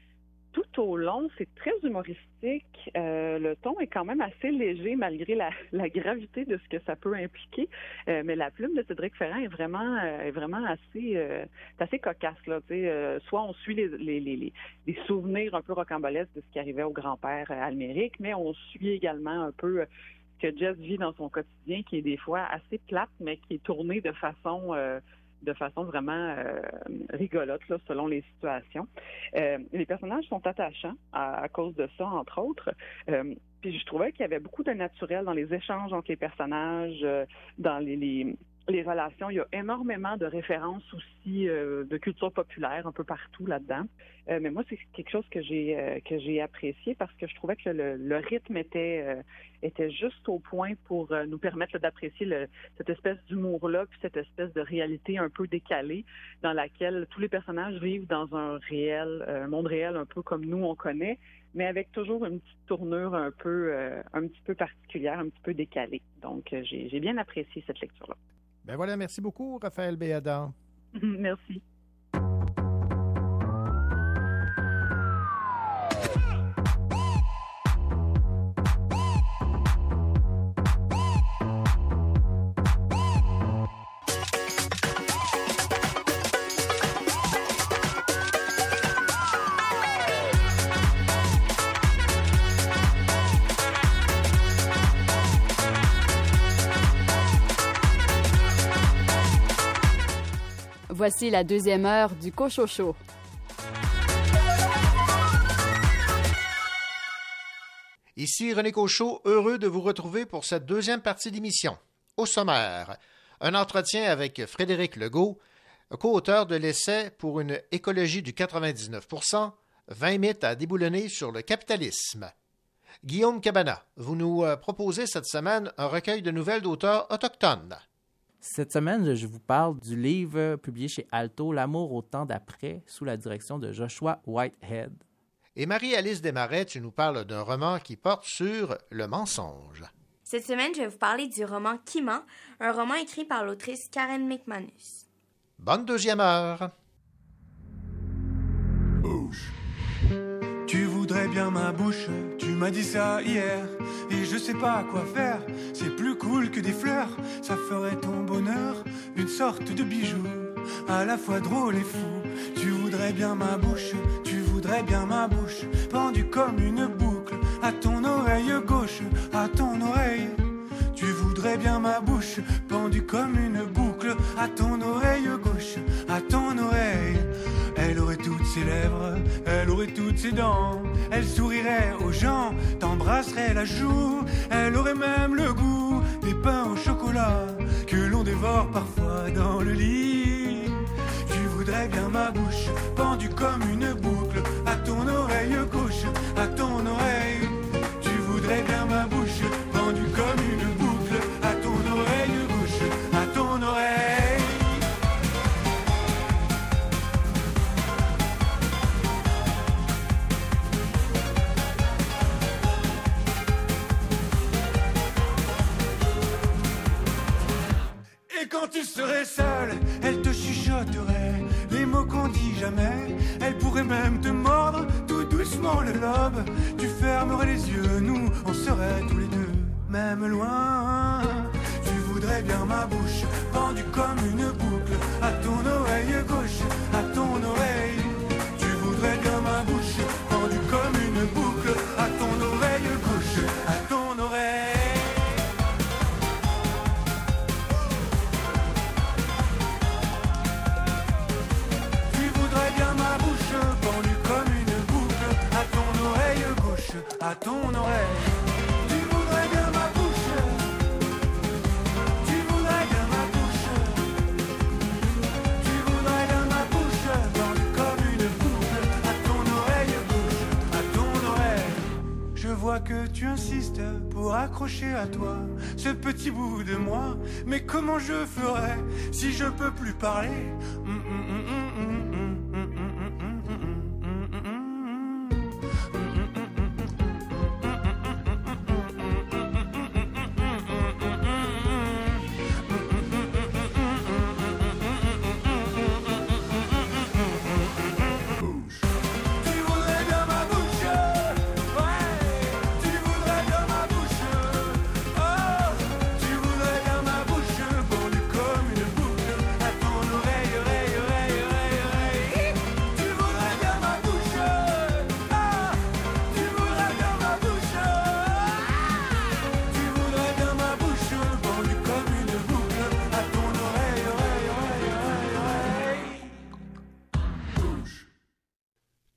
S: tout au long, c'est très humoristique. Euh, le ton est quand même assez léger malgré la, la gravité de ce que ça peut impliquer. Euh, mais la plume de Cédric Ferrand est vraiment, euh, est vraiment assez, euh, assez cocasse. Là, euh, soit on suit les, les, les, les souvenirs un peu rocambolesques de ce qui arrivait au grand-père euh, Alméric, mais on suit également un peu euh, ce que Jess vit dans son quotidien, qui est des fois assez plate, mais qui est tourné de façon... Euh, de façon vraiment euh, rigolote, là, selon les situations. Euh, les personnages sont attachants à, à cause de ça, entre autres. Euh, puis je trouvais qu'il y avait beaucoup de naturel dans les échanges entre les personnages, euh, dans les, les, les relations. Il y a énormément de références aussi euh, de culture populaire un peu partout là-dedans. Euh, mais moi, c'est quelque chose que j'ai euh, que j'ai apprécié parce que je trouvais que le, le rythme était euh, était juste au point pour euh, nous permettre là, d'apprécier le, cette espèce d'humour-là, puis cette espèce de réalité un peu décalée dans laquelle tous les personnages vivent dans un réel, un monde réel un peu comme nous on connaît, mais avec toujours une petite tournure un peu euh, un petit peu particulière, un petit peu décalée. Donc, euh, j'ai, j'ai bien apprécié cette lecture-là.
B: Ben voilà, merci beaucoup, Raphaël Béadan.
S: Merci.
A: Voici la deuxième heure du Cochocho.
B: Ici René Cochot, heureux de vous retrouver pour cette deuxième partie d'émission. Au sommaire, un entretien avec Frédéric Legault, co-auteur de l'essai Pour une écologie du quatre-vingt-dix-neuf pour cent, vingt mythes à déboulonner sur le capitalisme. Guillaume Cabana, vous nous proposez cette semaine un recueil de nouvelles d'auteurs autochtones.
C: Cette semaine, je vous parle du livre publié chez Alto, L'amour au temps d'après, sous la direction de Joshua Whitehead.
B: Et Marie-Alice Desmarais, tu nous parles d'un roman qui porte sur le mensonge.
G: Cette semaine, je vais vous parler du roman Kiman, un roman écrit par l'autrice Karen McManus.
B: Bonne deuxième heure.
L: Bouche. Tu voudrais bien ma bouche, tu m'as dit ça hier, et je sais pas quoi faire, c'est plus cool que des fleurs, ça ferait ton bonheur, une sorte de bijou, à la fois drôle et fou. Tu voudrais bien ma bouche, tu voudrais bien ma bouche, pendue comme une boucle, à ton oreille gauche, à ton oreille. Tu voudrais bien ma bouche, pendue comme une boucle, à ton oreille gauche, à ton oreille. Elle aurait toutes ses lèvres, elle aurait toutes ses dents, elle sourirait aux gens, t'embrasserait la joue, elle aurait même le goût des pains au chocolat que l'on dévore parfois dans le lit. Tu voudrais bien ma bouche, pendue comme une boucle, à ton oreille gauche, à ton oreille. Tu voudrais bien ma bouche, pendue comme une boucle, à ton oreille gauche, à ton oreille. Et quand tu serais seule, elle te chuchoterait les mots qu'on dit jamais. Elle pourrait même te mordre tout doucement le lobe. Tu fermerais les yeux, nous on serait tous les deux, même loin. Tu voudrais bien ma bouche, pendue comme une boucle, à ton oreille gauche, à ton oreille. Tu voudrais bien ma bouche, pendue comme une boucle, à ton oreille gauche, à ton oreille. À ton oreille, tu voudrais bien ma bouche, tu voudrais bien ma bouche, tu voudrais bien ma bouche, tendue comme une boucle, à ton oreille gauche, à ton oreille. Je vois que tu insistes pour accrocher à toi ce petit bout de moi, mais comment je ferais si je peux plus parler? mm, mm, mm, mm, mm. Tu voudrais bien ma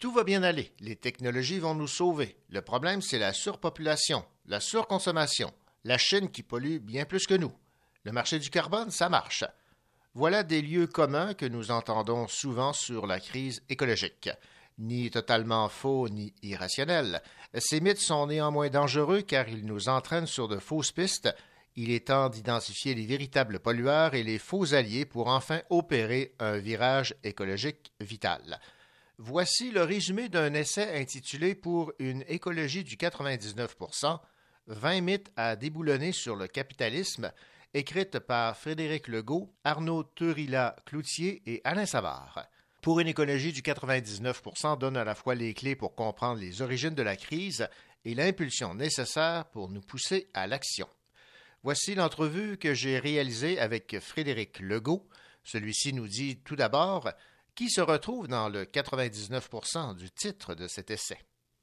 B: Tout va bien aller, les technologies vont nous sauver. Le problème, c'est la surpopulation, la surconsommation, la Chine qui pollue bien plus que nous. Le marché du carbone, ça marche. Voilà des lieux communs que nous entendons souvent sur la crise écologique. Ni totalement faux, ni irrationnels. Ces mythes sont néanmoins dangereux car ils nous entraînent sur de fausses pistes. Il est temps d'identifier les véritables pollueurs et les faux alliés pour enfin opérer un virage écologique vital. Voici le résumé d'un essai intitulé « Pour une écologie du quatre-vingt-dix-neuf pour cent, vingt mythes à déboulonner sur le capitalisme », écrite par Frédéric Legault, Arnaud Teurila-Cloutier et Alain Savard. Pour une écologie du quatre-vingt-dix-neuf pour cent donne à la fois les clés pour comprendre les origines de la crise et l'impulsion nécessaire pour nous pousser à l'action. Voici l'entrevue que j'ai réalisée avec Frédéric Legault. Celui-ci nous dit tout d'abord qui se retrouve dans le quatre-vingt-dix-neuf pour cent du titre de cet essai.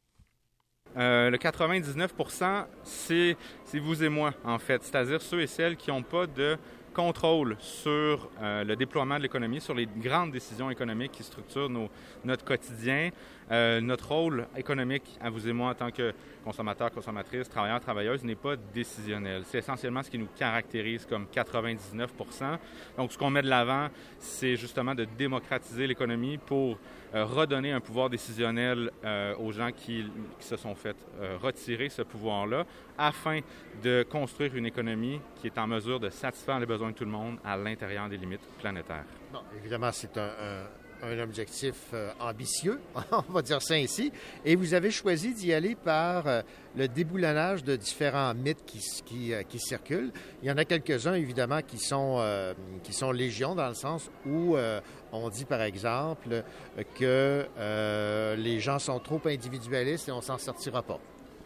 T: Euh, le quatre-vingt-dix-neuf pour cent, c'est, c'est vous et moi, en fait, c'est-à-dire ceux et celles qui n'ont pas de contrôle sur euh, le déploiement de l'économie, sur les grandes décisions économiques qui structurent nos, notre quotidien. Euh, notre rôle économique, à vous et moi, en tant que consommateurs, consommatrices, travailleurs, travailleuses, n'est pas décisionnel. C'est essentiellement ce qui nous caractérise comme quatre-vingt-dix-neuf pour cent. Donc, ce qu'on met de l'avant, c'est justement de démocratiser l'économie pour euh, redonner un pouvoir décisionnel euh, aux gens qui, qui se sont fait euh, retirer ce pouvoir-là, afin de construire une économie qui est en mesure de satisfaire les besoins de tout le monde à l'intérieur des limites planétaires.
B: Bon, évidemment, c'est un... un... un objectif euh, ambitieux, on va dire ça ainsi, et vous avez choisi d'y aller par euh, le déboulonnage de différents mythes qui, qui, euh, qui circulent. Il y en a quelques-uns, évidemment, qui sont, euh, qui sont légion, dans le sens où euh, on dit, par exemple, que euh, les gens sont trop individualistes et on s'en sortira pas.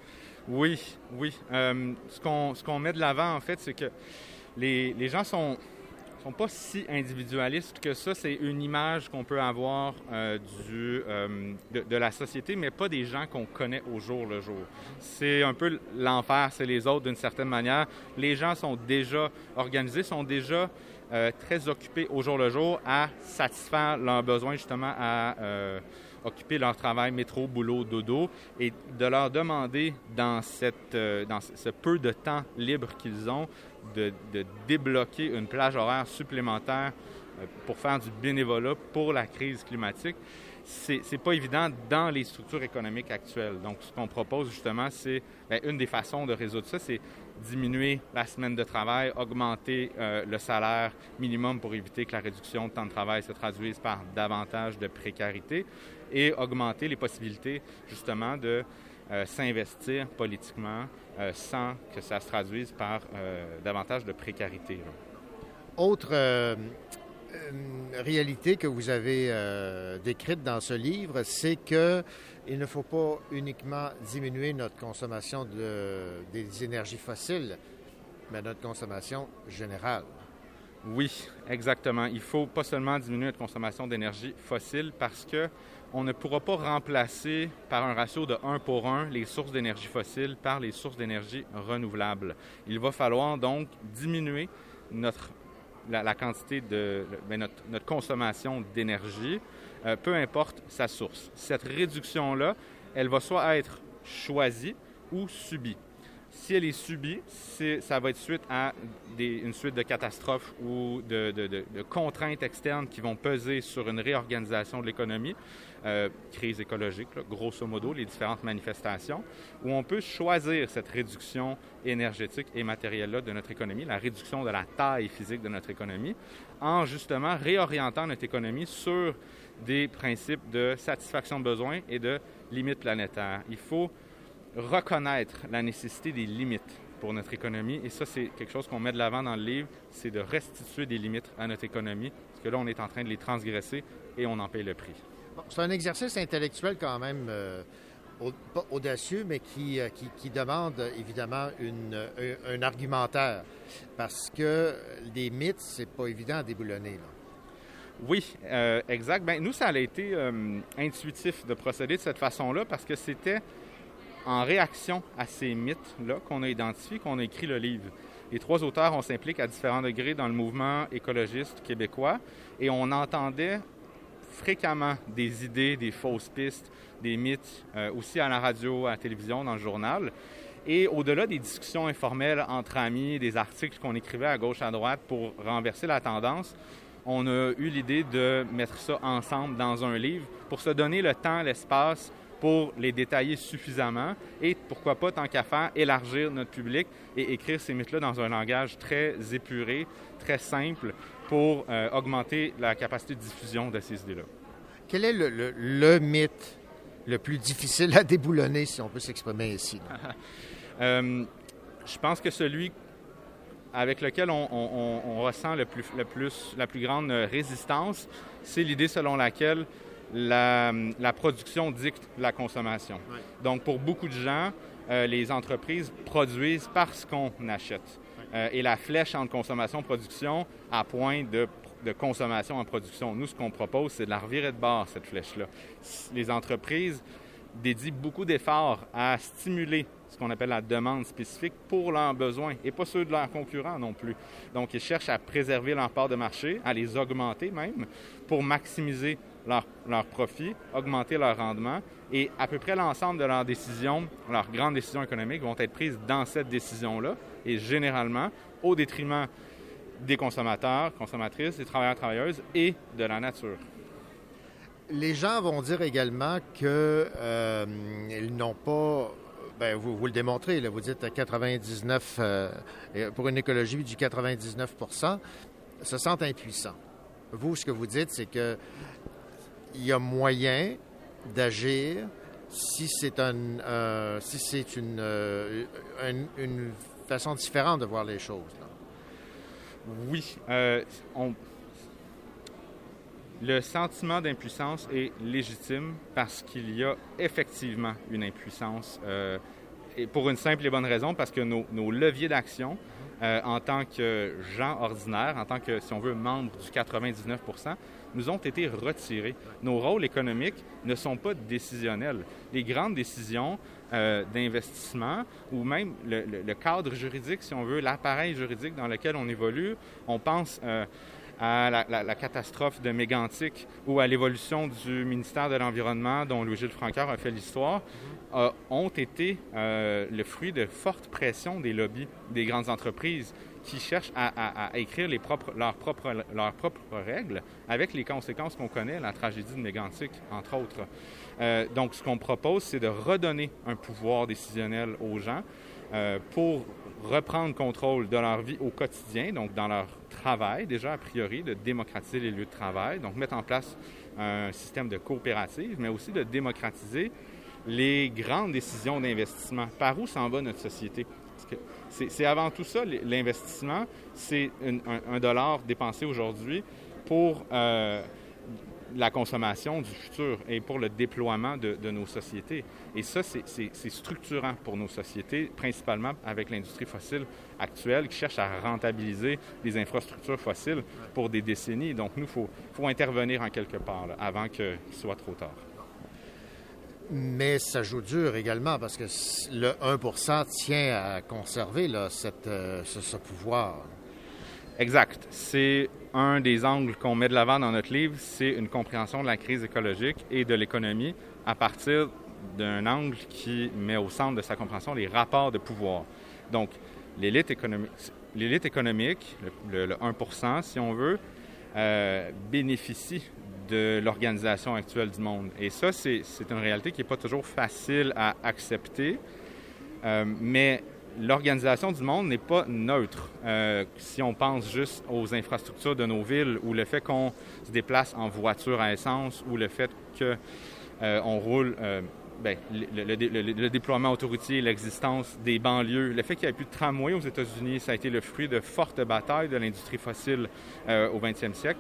T: Oui, oui. Euh, ce qu'on, ce qu'on met de l'avant, en fait, c'est que les, les gens sont... sont pas si individualistes que ça. C'est une image qu'on peut avoir euh, du, euh, de, de la société, mais pas des gens qu'on connaît au jour le jour. C'est un peu l'enfer, c'est les autres d'une certaine manière. Les gens sont déjà organisés, sont déjà euh, très occupés au jour le jour à satisfaire leurs besoins, justement à euh, occuper leur travail, métro, boulot, dodo, et de leur demander dans, cette, euh, dans ce peu de temps libre qu'ils ont, De, de débloquer une plage horaire supplémentaire euh, pour faire du bénévolat pour la crise climatique, c'est, c'est pas évident dans les structures économiques actuelles. Donc, ce qu'on propose justement, c'est bien, une des façons de résoudre ça, c'est diminuer la semaine de travail, augmenter euh, le salaire minimum pour éviter que la réduction de temps de travail se traduise par davantage de précarité et augmenter les possibilités justement de euh, s'investir politiquement Euh, sans que ça se traduise par euh, davantage de précarité. Là.
B: Autre euh, euh, réalité que vous avez euh, décrite dans ce livre, c'est qu'il ne faut pas uniquement diminuer notre consommation de, des énergies fossiles, mais notre consommation générale.
T: Oui, exactement. Il ne faut pas seulement diminuer notre consommation d'énergie fossile parce que on ne pourra pas remplacer par un ratio de un pour un les sources d'énergie fossile par les sources d'énergie renouvelables. Il va falloir donc diminuer notre, la, la quantité de bien, notre, notre consommation d'énergie, euh, peu importe sa source. Cette réduction-là, elle va soit être choisie ou subie. Si elle est subie, c'est, ça va être suite à des, une suite de catastrophes ou de, de, de, de contraintes externes qui vont peser sur une réorganisation de l'économie, euh, crise écologique, là, grosso modo, les différentes manifestations, où on peut choisir cette réduction énergétique et matérielle-là de notre économie, la réduction de la taille physique de notre économie, en justement réorientant notre économie sur des principes de satisfaction de besoins et de limites planétaires. Il faut reconnaître la nécessité des limites pour notre économie. Et ça, c'est quelque chose qu'on met de l'avant dans le livre, c'est de restituer des limites à notre économie, parce que là, on est en train de les transgresser et on en paye le prix.
B: Bon, c'est un exercice intellectuel quand même euh, au, pas audacieux, mais qui, euh, qui, qui demande évidemment une, un, un argumentaire, parce que les mythes, c'est pas évident à déboulonner, là.
T: Oui, euh, exact. Bien, nous, ça a été euh, intuitif de procéder de cette façon-là, parce que c'était en réaction à ces mythes-là qu'on a identifiés, qu'on a écrit le livre. Les trois auteurs, on s'implique à différents degrés dans le mouvement écologiste québécois et on entendait fréquemment des idées, des fausses pistes, des mythes, euh, aussi à la radio, à la télévision, dans le journal. Et au-delà des discussions informelles entre amis, des articles qu'on écrivait à gauche, à droite pour renverser la tendance, on a eu l'idée de mettre ça ensemble dans un livre pour se donner le temps, l'espace pour les détailler suffisamment et, pourquoi pas, tant qu'à faire, élargir notre public et écrire ces mythes-là dans un langage très épuré, très simple pour euh, augmenter la capacité de diffusion de ces idées-là.
B: Quel est le, le, le mythe le plus difficile à déboulonner, si on peut s'exprimer ici?
T: euh, je pense que celui avec lequel on, on, on ressent le plus, le plus, la plus grande résistance, c'est l'idée selon laquelle la, la production dicte la consommation. Oui. Donc, pour beaucoup de gens, euh, les entreprises produisent parce qu'on achète. Oui. Euh, et la flèche entre consommation-production à point de, de consommation en production. Nous, ce qu'on propose, c'est de la revirer de bord, cette flèche-là. Les entreprises dédient beaucoup d'efforts à stimuler ce qu'on appelle la demande spécifique pour leurs besoins et pas ceux de leurs concurrents non plus. Donc, ils cherchent à préserver leur part de marché, à les augmenter même, pour maximiser leur, leur profit, augmenter leur rendement et à peu près l'ensemble de leurs décisions, leurs grandes décisions économiques vont être prises dans cette décision-là et généralement au détriment des consommateurs, consommatrices, des travailleurs, travailleuses et de la nature.
B: Les gens vont dire également qu'ils euh, n'ont pas... Bien, vous, vous le démontrez, là, vous dites quatre-vingt-dix-neuf euh, pour une écologie du quatre-vingt-dix-neuf pour cent, se sentent impuissants. Vous, ce que vous dites, c'est que il y a moyen d'agir si c'est un, euh, si c'est une, euh, une, une façon différente de voir les choses. Là.
T: Oui, euh, on... le sentiment d'impuissance est légitime parce qu'il y a effectivement une impuissance euh, et pour une simple et bonne raison, parce que nos, nos leviers d'action euh, en tant que gens ordinaires, en tant que, si on veut, membres du quatre-vingt-dix-neuf pour cent, nous ont été retirés. Nos rôles économiques ne sont pas décisionnels. Les grandes décisions euh, d'investissement ou même le, le, le cadre juridique, si on veut, l'appareil juridique dans lequel on évolue, on pense... Euh, à la, la, la catastrophe de Mégantic ou à l'évolution du ministère de l'Environnement dont Louis-Gilles Francoeur a fait l'histoire, mm-hmm. euh, ont été euh, le fruit de fortes pressions des lobbies des grandes entreprises qui cherchent à, à, à écrire les propres, leurs, propres, leurs propres règles avec les conséquences qu'on connaît, la tragédie de Mégantic, entre autres. Euh, donc, ce qu'on propose, c'est de redonner un pouvoir décisionnel aux gens euh, pour reprendre contrôle de leur vie au quotidien, donc dans leur travail, déjà a priori, de démocratiser les lieux de travail, donc mettre en place un système de coopérative, mais aussi de démocratiser les grandes décisions d'investissement. Par où s'en va notre société? Parce que c'est, c'est avant tout ça, l'investissement, c'est une, un, un dollar dépensé aujourd'hui pour euh, la consommation du futur et pour le déploiement de, de nos sociétés. Et ça, c'est, c'est, c'est structurant pour nos sociétés, principalement avec l'industrie fossile actuelle qui cherche à rentabiliser les infrastructures fossiles pour des décennies. Donc, nous, il faut, faut intervenir en quelque part là, avant qu'il soit trop tard.
B: Mais ça joue dur également parce que le un pour cent tient à conserver là, cette, euh, ce, ce pouvoir.
T: Exact. C'est un des angles qu'on met de l'avant dans notre livre, c'est une compréhension de la crise écologique et de l'économie à partir d'un angle qui met au centre de sa compréhension les rapports de pouvoir. Donc, l'élite économique, l'élite économique le, le, le un pour cent, si on veut, euh, bénéficie de l'organisation actuelle du monde. Et ça, c'est, c'est une réalité qui n'est pas toujours facile à accepter, euh, mais l'organisation du monde n'est pas neutre. Euh, si on pense juste aux infrastructures de nos villes ou le fait qu'on se déplace en voiture à essence ou le fait qu'on euh, roule, euh, ben, le, le, le, le déploiement autoroutier, l'existence des banlieues, le fait qu'il n'y ait plus de tramway aux États-Unis, ça a été le fruit de fortes batailles de l'industrie fossile euh, au vingtième siècle.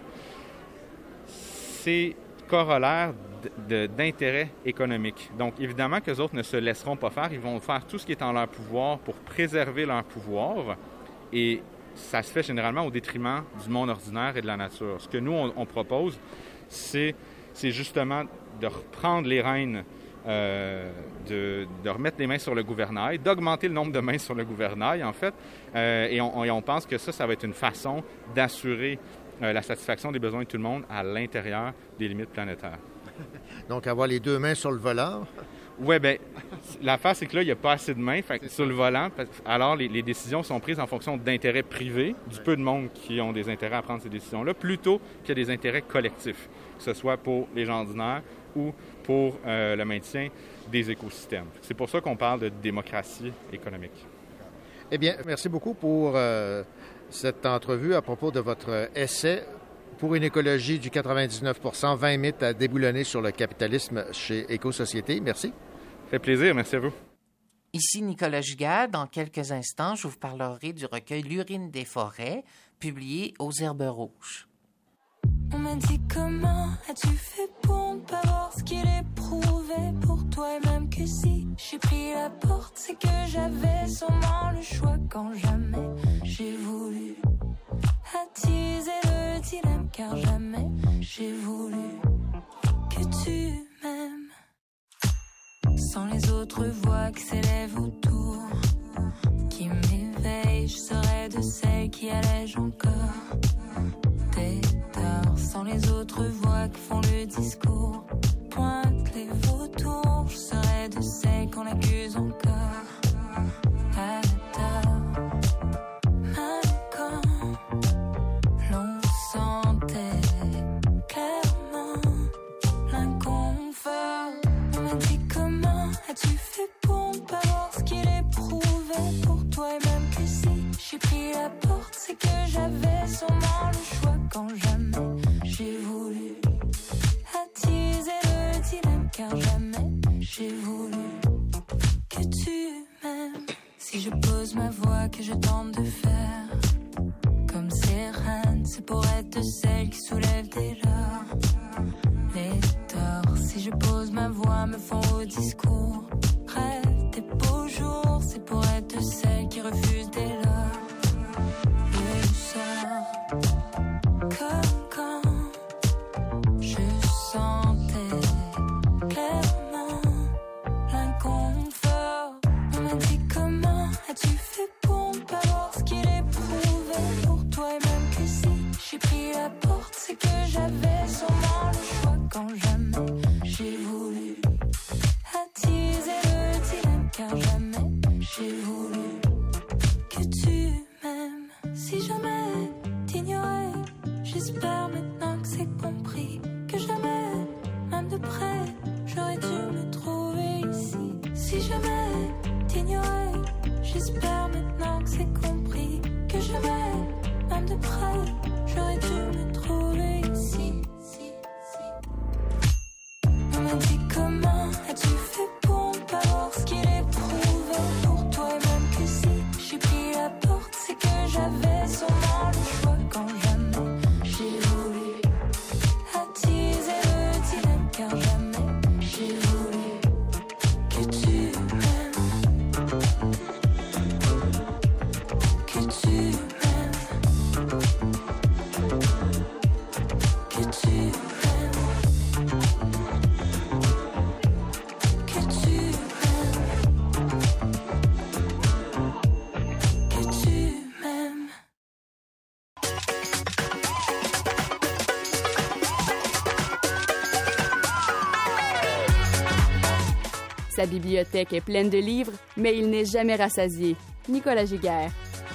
T: C'est corollaire de, d'intérêt économique. Donc, évidemment que les autres ne se laisseront pas faire. Ils vont faire tout ce qui est en leur pouvoir pour préserver leur pouvoir. Et ça se fait généralement au détriment du monde ordinaire et de la nature. Ce que nous, on, on propose, c'est, c'est justement de reprendre les rênes, euh, de, de remettre les mains sur le gouvernail, d'augmenter le nombre de mains sur le gouvernail, en fait. Euh, et, on, et on pense que ça, ça va être une façon d'assurer euh, la satisfaction des besoins de tout le monde à l'intérieur des limites planétaires.
B: Donc, avoir les deux mains sur le volant.
T: Oui, bien, l'affaire, c'est que là, il n'y a pas assez de mains fait que sur le volant. Alors, les, les décisions sont prises en fonction d'intérêts privés, du peu de monde qui ont des intérêts à prendre ces décisions-là, plutôt qu'il y a des intérêts collectifs, que ce soit pour les gens ordinaires ou pour euh, le maintien des écosystèmes. C'est pour ça qu'on parle de démocratie économique.
B: Eh bien, merci beaucoup pour euh, cette entrevue à propos de votre essai pour une écologie du quatre-vingt-dix-neuf pour cent, vingt mythes à déboulonner sur le capitalisme chez Éco-Société. Merci.
T: Ça fait plaisir. Merci à vous.
F: Ici Nicolas Giguère. Dans quelques instants, je vous parlerai du recueil L'urine des forêts, publié aux Herbes Rouges.
H: On m'a dit comment as-tu fait pour ne pas voir ce qu'il éprouvait pour toi, et même que si j'ai pris la porte, c'est que j'avais sûrement le choix quand jamais j'ai voulu attiser le dilemme, car jamais j'ai voulu que tu m'aimes. Sans les autres voix qui s'élèvent autour, qui m'éveillent, je serais de celles qui allègent encore tes torts. Sans les autres voix qui font le discours, pointe les vautours, je serais de celles qu'on accuse encore à tort. Même quand l'on sentait clairement l'inconfort, on m'a dit comment as-tu fait pour ne pas voir ce qu'il éprouvait pour toi, et même que si j'ai pris la porte, c'est que j'avais sûrement le choix quand jamais j'ai voulu attiser le dilemme, car jamais j'ai voulu que tu m'aimes. Si je pose ma voix que je tente de faire comme ces reines, c'est pour être de celles qui soulèvent dès lors les torts. Si je pose ma voix, me font au discours, rêve des beaux jours, c'est pour être de celles qui refusent dès lors le sort. Comme quand je sentais clairement l'inconfort, on m'a dit comment as-tu fait pour ne pas voir ce qu'il éprouvait pour toi, et même que si j'ai pris la porte, c'est que j'avais sûrement le choix quand jamais j'ai voulu attiser le dilemme, car jamais j'ai voulu que tu m'aimes. Si jamais t'ignorais, j'espère maintenant que c'est compris, que jamais, même de près, j'aurais dû me trouver ici. Si jamais t'ignorais, j'espère maintenant que c'est compris, que jamais, même de près, j'aurais dû me trouver ici. On m'a dit comment as-tu fait pour ne pas voir ce qu'il éprouvait pour toi, et même que si j'ai pris la porte, c'est que j'avais sûrement le choix quand jamais j'ai voulu attiser le dilemme, car jamais j'ai voulu que tu m'aimes, que tu m'aimes, que tu m'aimes.
A: Sa bibliothèque est pleine de livres, mais il n'est jamais rassasié. Nicolas Giguère.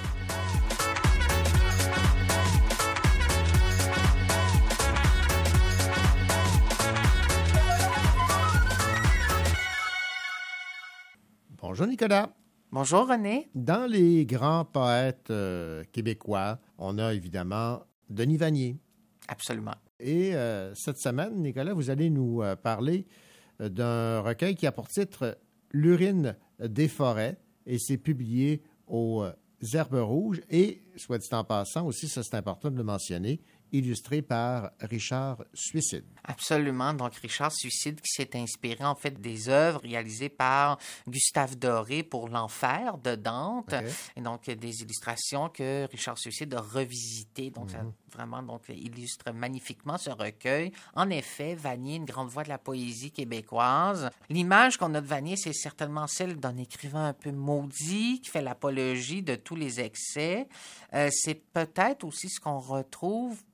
B: Bonjour Nicolas.
F: Bonjour René.
B: Dans les grands poètes euh, québécois, on a évidemment Denis Vanier.
F: Absolument.
B: Et euh, cette semaine, Nicolas, vous allez nous euh, parler d'un recueil qui a pour titre L'urine des forêts, et c'est publié aux Herbes Rouges et, soit dit en passant aussi, ça c'est important de le mentionner, illustré par Richard Suicide.
F: Absolument. Donc, Richard Suicide qui s'est inspiré, en fait, des œuvres réalisées par Gustave Doré pour L'Enfer de Dante. Okay. Et donc, des illustrations que Richard Suicide a revisitées. Donc, mm-hmm. ça vraiment donc, illustre magnifiquement ce recueil. En effet, Vanier, une grande voix de la poésie québécoise. L'image qu'on a de Vanier, c'est certainement celle d'un écrivain un peu maudit qui fait l'apologie de tous les excès. Euh, c'est peut-être aussi ce qu'on retrouve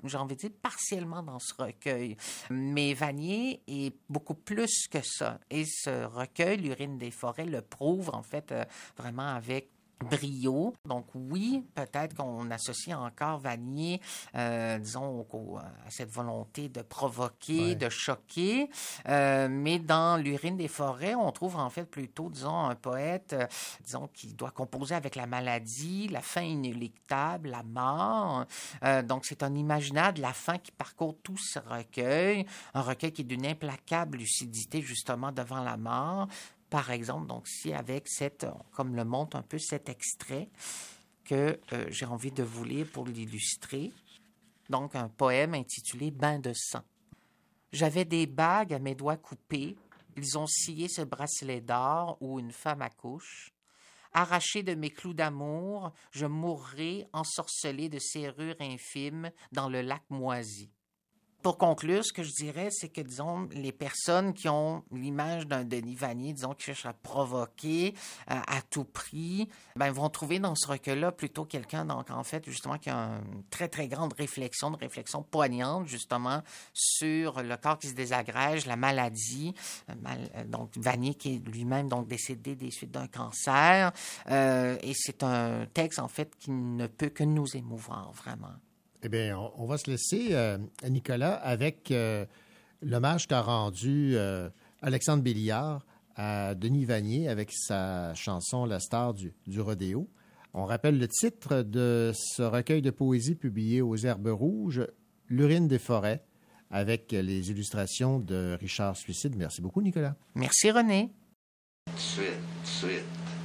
F: j'ai envie de dire, partiellement dans ce recueil. Mais Vanier est beaucoup plus que ça. Et ce recueil, L'urine des forêts, le prouve, en fait, euh, vraiment avec brio. Donc oui, peut-être qu'on associe encore Vanier, euh, disons, au, à cette volonté de provoquer, ouais. de choquer. Euh, mais dans L'urine des forêts, on trouve en fait plutôt, disons, un poète, euh, disons, qui doit composer avec la maladie, la fin inéluctable, la mort. Euh, donc c'est un imaginaire de la fin qui parcourt tout ce recueil, un recueil qui est d'une implacable lucidité justement devant la mort. Par exemple, donc, si avec cette, comme le montre un peu cet extrait que euh, j'ai envie de vous lire pour l'illustrer. Donc, un poème intitulé « Bain de sang ». J'avais des bagues à mes doigts coupés. Ils ont scié ce bracelet d'or où une femme accouche. Arraché de mes clous d'amour, je mourrai ensorcelé de serrures infimes dans le lac moisi. Pour conclure, ce que je dirais, c'est que, disons, les personnes qui ont l'image d'un Denis Vanier, disons, qui cherchent à provoquer euh, à tout prix, ben, vont trouver dans ce recueil-là plutôt quelqu'un, donc, en fait, justement, qui a une très, très grande réflexion, une réflexion poignante, justement, sur le corps qui se désagrège, la maladie. Euh, mal, euh, donc, Vanier qui est lui-même, donc, décédé des suites d'un cancer. Euh, et c'est un texte, en fait, qui ne peut que nous émouvoir, vraiment.
B: Eh bien, on, on va se laisser, euh, Nicolas, avec euh, l'hommage qu'a rendu euh, Alexandre Béliard à Denis Vanier avec sa chanson « La star du, du rodéo ». On rappelle le titre de ce recueil de poésie publié aux Herbes Rouges, « L'urine des forêts », avec les illustrations de Richard Suicide. Merci beaucoup, Nicolas.
F: Merci, René.
U: Suite, suite.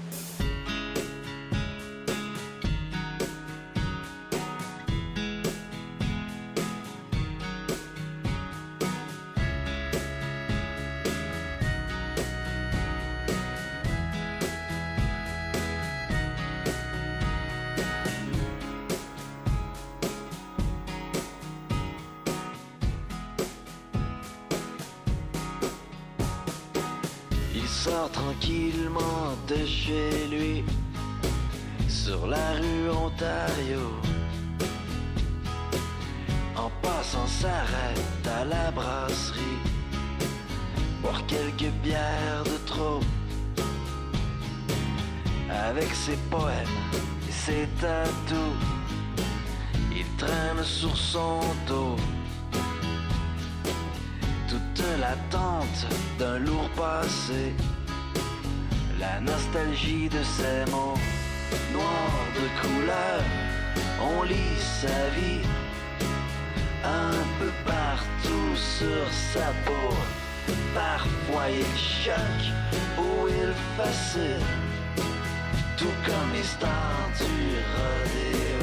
V: Sort tranquillement de chez lui sur la rue Ontario. En passant s'arrête à la brasserie boire quelques bières de trop. Avec ses poèmes et ses tatous, il traîne sur son dos toute l'attente d'un lourd passé, la nostalgie de ces mots noirs de couleur. On lit sa vie un peu partout sur sa peau. Parfois il choque ou il fascine, tout comme les stars du rodéo.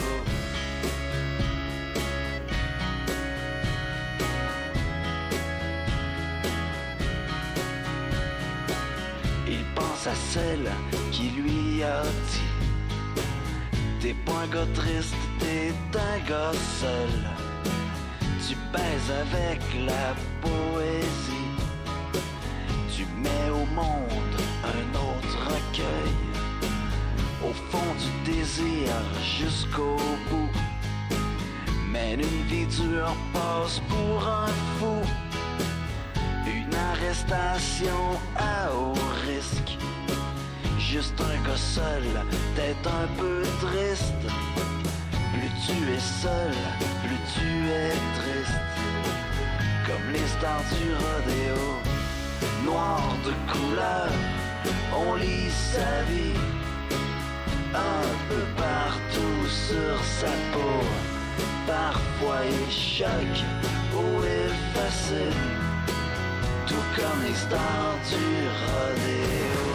V: À celle qui lui a dit: t'es pas un gars triste, t'es un gars seul. Tu baises avec la poésie, tu mets au monde un autre recueil. Au fond du désir jusqu'au bout, mène une vie dure, passe pour un fou. Une arrestation à haut risque, juste un gars seul, peut-être un peu triste. Plus tu es seul, plus tu es triste. Comme les stars du rodéo, noir de couleur, on lit sa vie un peu partout sur sa peau. Parfois il choque ou il fascine, tout comme les stars du rodéo.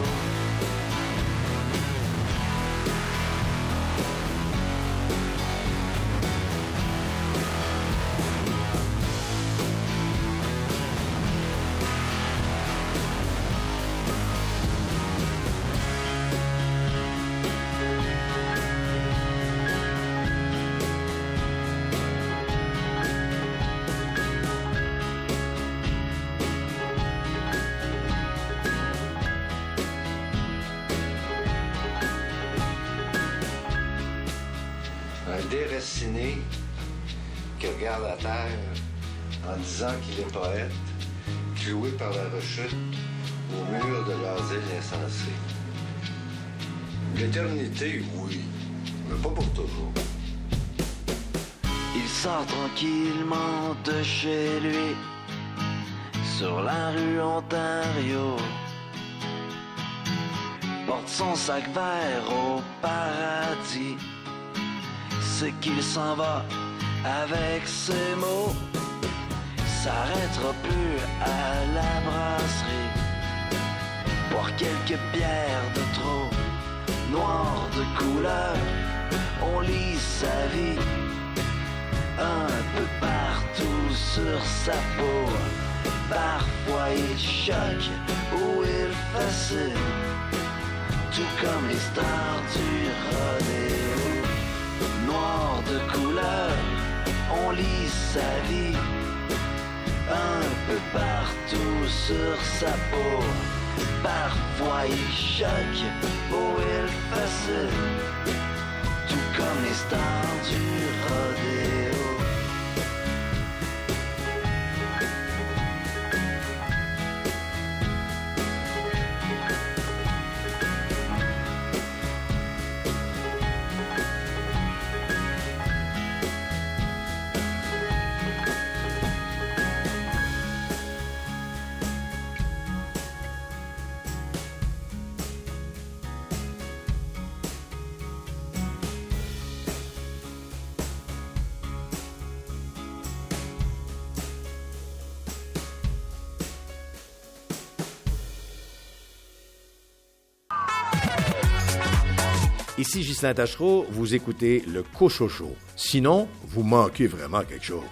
V: qui regarde la terre en disant qu'il est poète, cloué par la rechute au mur de l'asile insensé. L'éternité, oui, mais pas pour toujours. Il sort tranquillement de chez lui, sur la rue Ontario, porte son sac vert au paradis. C'est qu'il s'en va avec ses mots, s'arrêtera plus à la brasserie, boire quelques bières de trop, noir de couleur, on lit sa vie un peu partout sur sa peau. Parfois il choque ou il fascine, tout comme les stars du rodéo. Noir de couleur, on lit sa vie un peu partout sur sa peau. Parfois il choque ou il fascine, tout comme les stars du rodéo.
I: Ici Ghislain Tachereau, vous écoutez le Cochocho. Sinon, vous manquez vraiment quelque chose.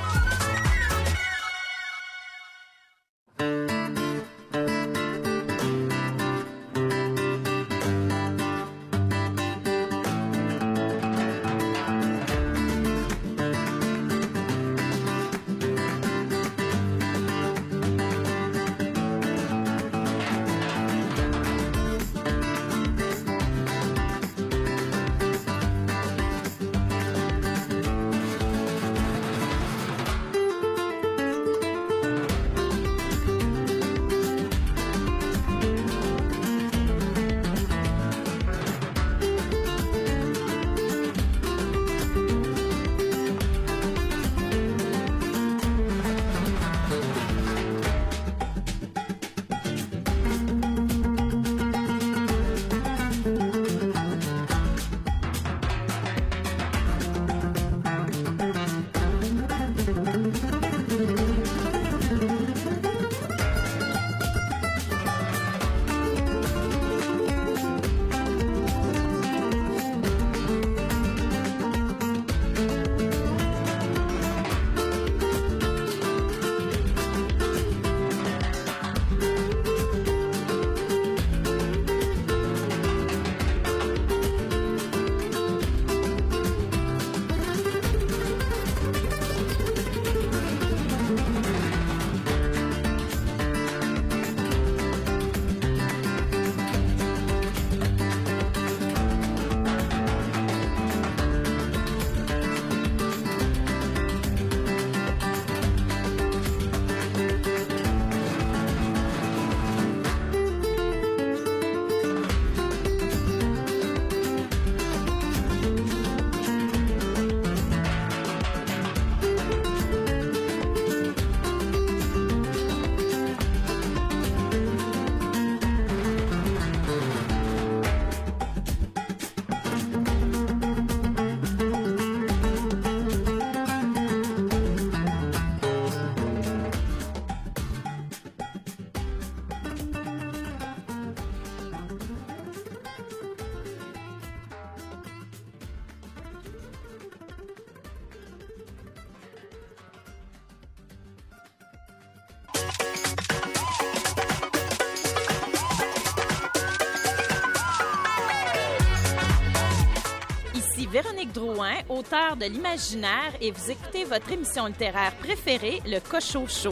J: Véronique Drouin, auteure de l'Imaginaire, et vous écoutez votre émission littéraire préférée, le Cochocho.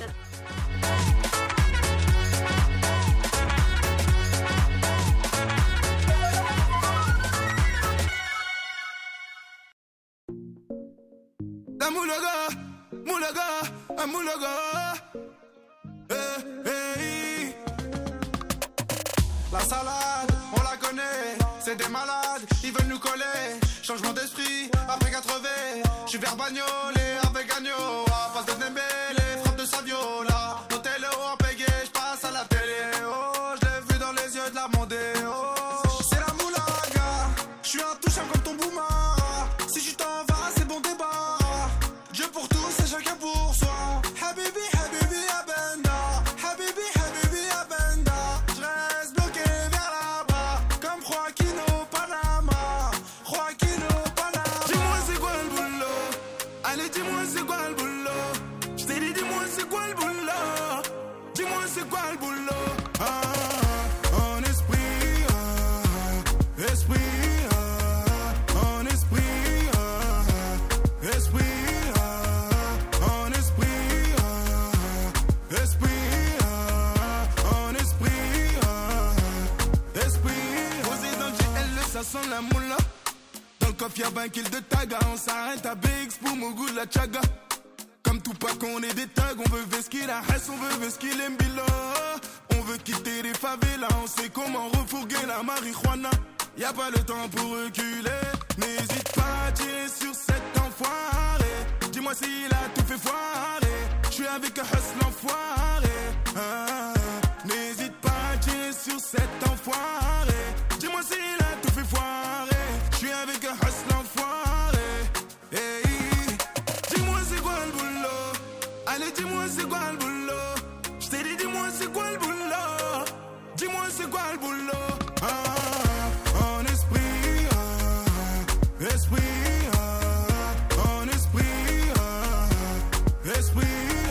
L: Damoulaga,
D: go. Hey, hey. La salade, on la connaît, c'est des malades, ils veulent nous coller. Changement d'esprit, après quatre-vingts, j'suis vers Bagnolet avec Agneau. À passe de Dembélé, frappe de Saviola. Hôtel en payé, j'passe à la télé. Oh, j'l'ai vu dans les yeux de la Mondeo. C'est la moulaga, j'suis intouchable comme ton bouma. Si tu t'en vas, c'est bon débat. Dieu pour tous et chacun pour soi. Habibi, Habibi, Abenda. Habibi, Habibi, Abenda. J'reste bloqué vers là-bas, comme Joaquin au Panama. Joaquin au Panama. Dis-moi c'est quoi le boulot? Allez, dis-moi c'est quoi le boulot? J't'ai dit, dis-moi c'est quoi le boulot? Dis-moi c'est quoi le boulot? Ah, en esprit, ah, esprit, ah, en esprit, ah, esprit, ah, en esprit, ah, esprit, ah, en esprit, ah, esprit. Posé dans le G L, ça sent la moula. Dans le coffre y'a vingt kills de taga. On s'arrête à Biggs pour mon goût de la chaga. Comme Tupac, on est des tags. On veut vesquiller la Hesse, on veut vesquiller l'Embila. On veut quitter les favelas. On sait comment refourguer la marijuana. Y'a pas le temps pour reculer. N'hésite pas à tirer sur cet enfoiré. Dis-moi s'il a tout fait foirer. J'suis avec un hustle l'enfoiré. Ah, n'hésite pas à tirer sur cet enfoiré. Dis-moi s'il a tout fait foirer. J'suis avec un hustle l'enfoiré. Hey. Dis-moi c'est quoi le boulot? Allez dis-moi c'est quoi le boulot? J't'ai dit dis-moi c'est quoi le boulot? Dis-moi c'est quoi le boulot? Ah, en esprit, ah, esprit, ah, en esprit, ah, esprit,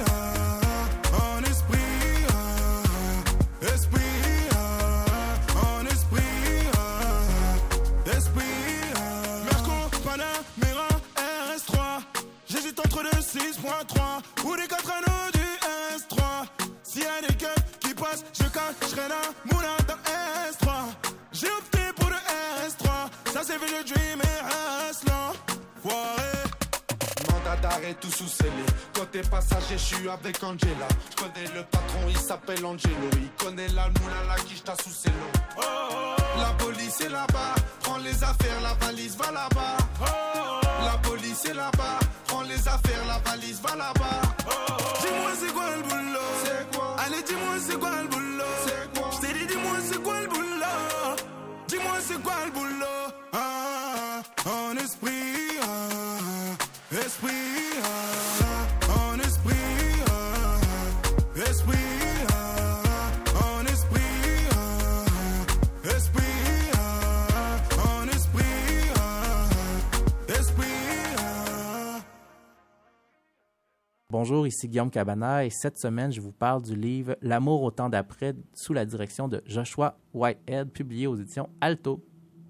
D: ah, en esprit, ah, esprit, ah, en esprit, ah, esprit, ah. Merco, Panamera, R S trois. J'hésite entre le six point trois ou les quatre anneaux du S trois. S'il y a des keufs qui passent, je cacherai la moula dans S trois. J'ai opté pour le R S trois. Ça c'est vu le dream et hustler. Foiré. Mandat d'arrêt tout sous scellé. Côté passager, je suis avec Angela. Je connais le patron, il s'appelle Angelo. Il connaît la moula, la quiche t'a sous ses lots. Oh, oh, oh. La police est là-bas. Prends les affaires, la valise va là-bas. Oh, oh, oh. La police est là-bas. Prends les affaires, la valise va là-bas. Oh, oh, oh. Dis-moi c'est quoi le boulot? C'est quoi? Allez dis-moi c'est quoi le boulot? C'est quoi? J't'ai dit dis-moi c'est quoi le boulot? Dis-moi c'est quoi le boulot? Ah, en esprit, ah, esprit, ah, en esprit, ah, esprit, ah, en esprit, ah, esprit, ah, en esprit, ah, esprit, ah.
C: Bonjour, ici Guillaume Cabana et cette semaine, je vous parle du livre L'amour au temps d'après sous la direction de Joshua Whitehead, publié aux éditions Alto.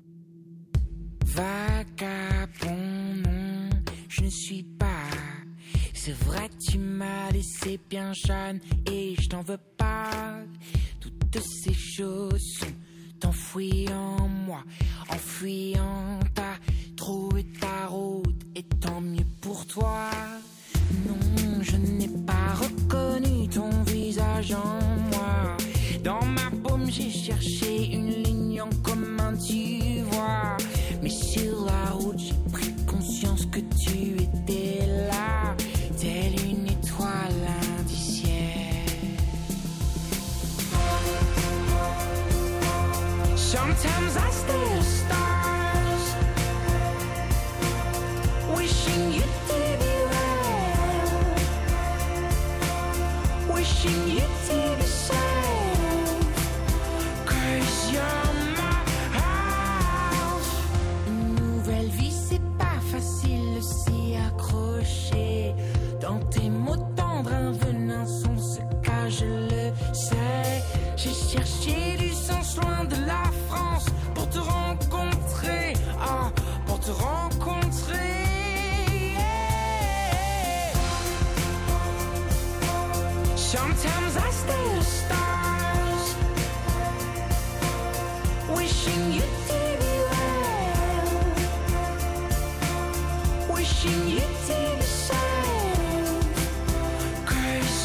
K: Vagabond, non, je ne suis pas. C'est vrai, tu m'as laissé bien jeune et je t'en veux pas. Toutes ces choses sont enfouies en moi. En fuyant, t'as trouvé ta route et tant mieux pour toi. Non, je n'ai pas reconnu ton visage en moi. Dans ma paume, j'ai cherché une ligne en commun, tu vois. Mais sur la route, j'ai pris conscience que tu étais là, telle une étoile indicienne. Sometimes I stare at stars, wishing you to be well, wishing you to be safe, 'cause you're my house. Une nouvelle vie, c'est pas facile de s'y accrocher. Dans tes mots tendres, un venin son secret, je le sais. J'ai cherché du sens loin de la France pour te rencontrer, ah, pour te rencontrer. Sometimes I stare at stars, wishing you to be well, wishing you to be safe, 'cause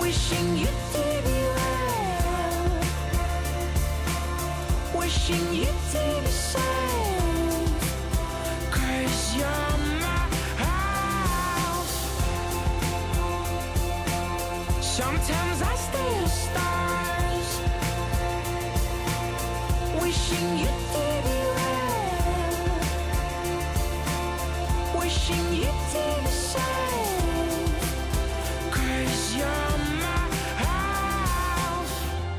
K: Wishing you to be well, wishing you to be safe, 'cause you're my house. Sometimes I stare at stars, wishing you to be well, wishing you to be safe, 'cause you're my house.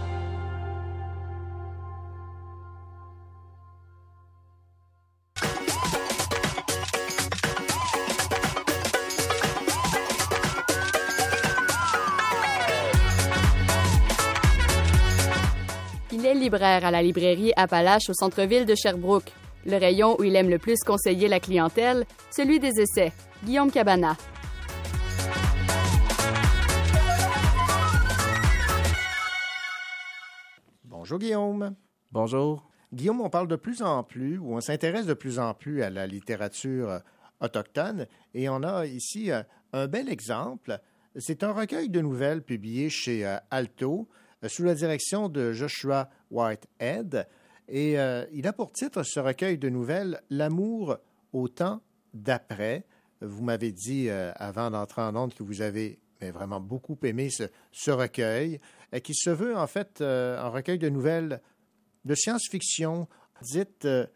A: Il est libraire à la librairie Appalache au centre-ville de Sherbrooke. Le rayon où il aime le plus conseiller la clientèle, celui des essais. Guillaume Cabana.
B: Bonjour Guillaume.
C: Bonjour.
B: Guillaume, on parle de plus en plus, ou on s'intéresse de plus en plus à la littérature euh, autochtone, et on a ici euh, un bel exemple. C'est un recueil de nouvelles publié chez euh, Alto, euh, sous la direction de Joshua Whitehead, et euh, il a pour titre ce recueil de nouvelles « L'amour au temps d'après ». Vous m'avez dit euh, avant d'entrer en ondes que vous avez mais vraiment beaucoup aimé ce, ce recueil, euh, qui se veut en fait euh, un recueil de nouvelles de science-fiction dite euh,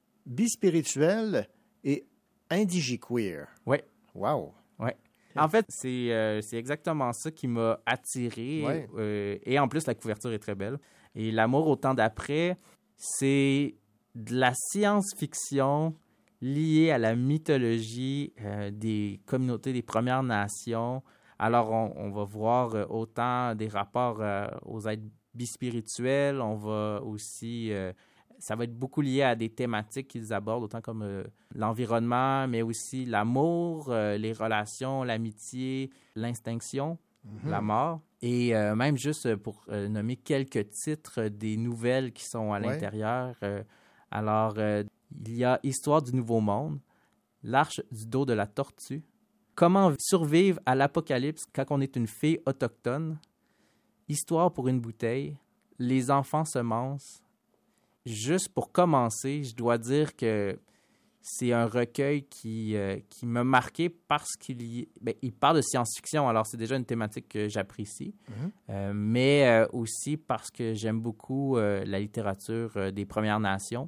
B: bispirituelle et indigiqueer.
C: Oui.
B: Wow!
C: Oui. En fait, c'est, euh, c'est exactement ça qui m'a attiré.
B: Ouais.
C: Euh, et en plus, la couverture est très belle. Et L'amour au temps d'après, c'est de la science-fiction liée à la mythologie euh, des communautés des Premières Nations. Alors, on, on va voir euh, autant des rapports euh, aux êtres bispirituels, on va aussi... Euh, ça va être beaucoup lié à des thématiques qu'ils abordent, autant comme euh, l'environnement, mais aussi l'amour, euh, les relations, l'amitié, l'extinction,
B: Mm-hmm.
C: la mort. Et euh, même juste pour euh, nommer quelques titres euh, des nouvelles qui sont à
B: Ouais.
C: l'intérieur. Euh, alors, euh, il y a Histoire du Nouveau Monde, L'Arche du dos de la tortue, Comment survivre à l'apocalypse quand on est une fille autochtone, Histoire pour une bouteille, Les enfants semences. Juste pour commencer, je dois dire que c'est un recueil qui, euh, qui m'a marqué parce qu'il y... ben, il parle de science-fiction, alors c'est déjà une thématique que j'apprécie,
B: Mhm.
C: euh, mais euh, aussi parce que j'aime beaucoup euh, la littérature euh, des Premières Nations.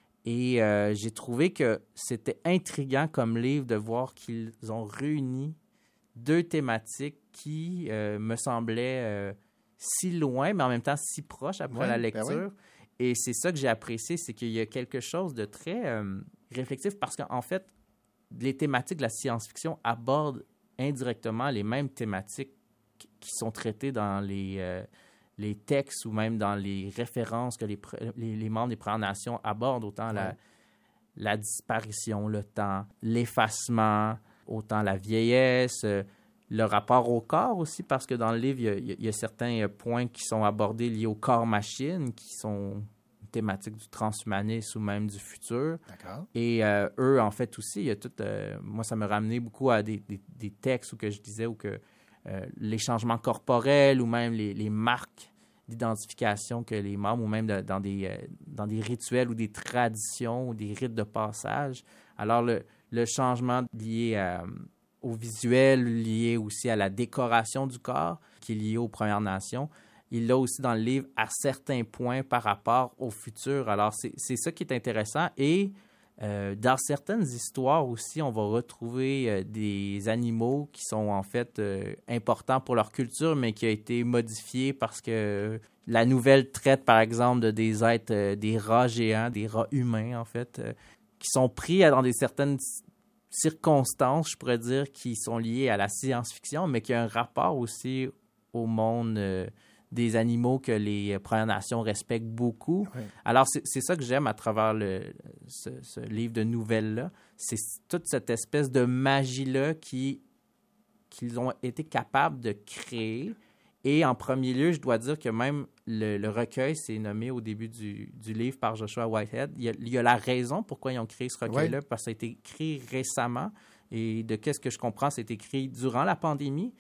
C: Et euh, j'ai trouvé que c'était intriguant comme livre de voir qu'ils ont réuni deux thématiques qui euh, me semblaient euh, si loin, mais en même temps si proches après
B: Ouais,
C: la
B: ben
C: lecture.
B: oui.
C: Et c'est ça que j'ai apprécié, c'est qu'il y a quelque chose de très euh, réflexif parce qu'en fait, les thématiques de la science-fiction abordent indirectement les mêmes thématiques qui- qui sont traitées dans les, euh, les textes ou même dans les références que les, pr- les, les membres des Premières Nations abordent, autant la,
B: Ouais.
C: la disparition, le temps, l'effacement, autant la vieillesse, euh, le rapport au corps aussi, parce que dans le livre, il y a, il y a- il y a certains euh, points qui sont abordés liés au corps-machine, qui sont une thématique du transhumanisme ou même du futur.
B: D'accord.
C: Et euh, eux, en fait, aussi, il y a tout... euh, moi, ça me ramenait beaucoup à des, des, des textes où que je disais où que euh, les changements corporels ou même les, les marques d'identification que les membres, ou même de- dans, des, euh, dans des rituels ou des traditions ou des rites de passage. Alors, le, le changement lié à, au visuel, lié aussi à la décoration du corps, qui est lié aux Premières Nations, il l'a aussi dans le livre à certains points par rapport au futur. Alors, c'est, c'est ça qui est intéressant. Et euh, dans certaines histoires aussi, on va retrouver euh, des animaux qui sont en fait euh, importants pour leur culture, mais qui ont été modifiés parce que la nouvelle traite, par exemple, de des êtres, euh, des rats géants, des rats humains, en fait, euh, qui sont pris dans des certaines circonstances, je pourrais dire, qui sont liées à la science-fiction, mais qui ont un rapport aussi au monde euh, des animaux que les Premières Nations respectent beaucoup.
B: Oui.
C: Alors, c'est, c'est ça que j'aime à travers le, ce, ce livre de nouvelles-là. C'est toute cette espèce de magie-là qui, qu'ils ont été capables de créer. Et en premier lieu, je dois dire que même le, le recueil, c'est nommé au début du, du livre par Joshua Whitehead. Il y, a, il y a la raison pourquoi ils ont créé ce recueil-là,
B: Oui.
C: parce que ça a été écrit récemment. Et de qu'est-ce que je comprends, c'est écrit durant la pandémie.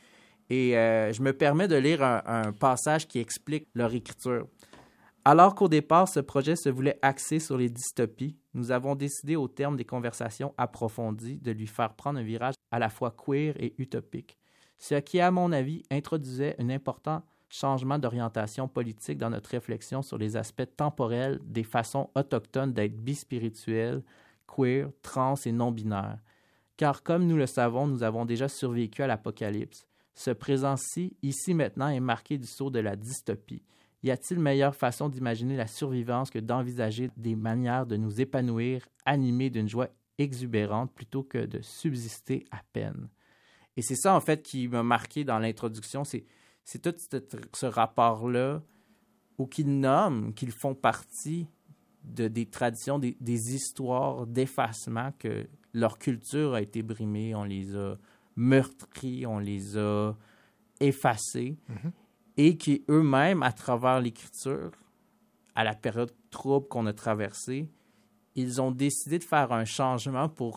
C: Et euh, je me permets de lire un, un passage qui explique leur écriture. Alors qu'au départ, ce projet se voulait axer sur les dystopies, nous avons décidé, au terme des conversations approfondies, de lui faire prendre un virage à la fois queer et utopique, ce qui, à mon avis, introduisait un important changement d'orientation politique dans notre réflexion sur les aspects temporels des façons autochtones d'être bispirituels, queer, trans et non-binaires. Car, comme nous le savons, nous avons déjà survécu à l'apocalypse. Ce présent-ci, ici maintenant, est marqué du sceau de la dystopie. Y a-t-il meilleure façon d'imaginer la survivance que d'envisager des manières de nous épanouir, animés d'une joie exubérante, plutôt que de subsister à peine? Et c'est ça, en fait, qui m'a marqué dans l'introduction, c'est, c'est tout ce, ce rapport-là où qu'ils nomment, qu'ils font partie de, des traditions, des, des histoires d'effacement, que leur culture a été brimée, on les a meurtris, on les a effacés. Mm-hmm. Et qui, eux-mêmes, à travers l'écriture, à la période trouble qu'on a traversée, ils ont décidé de faire un changement pour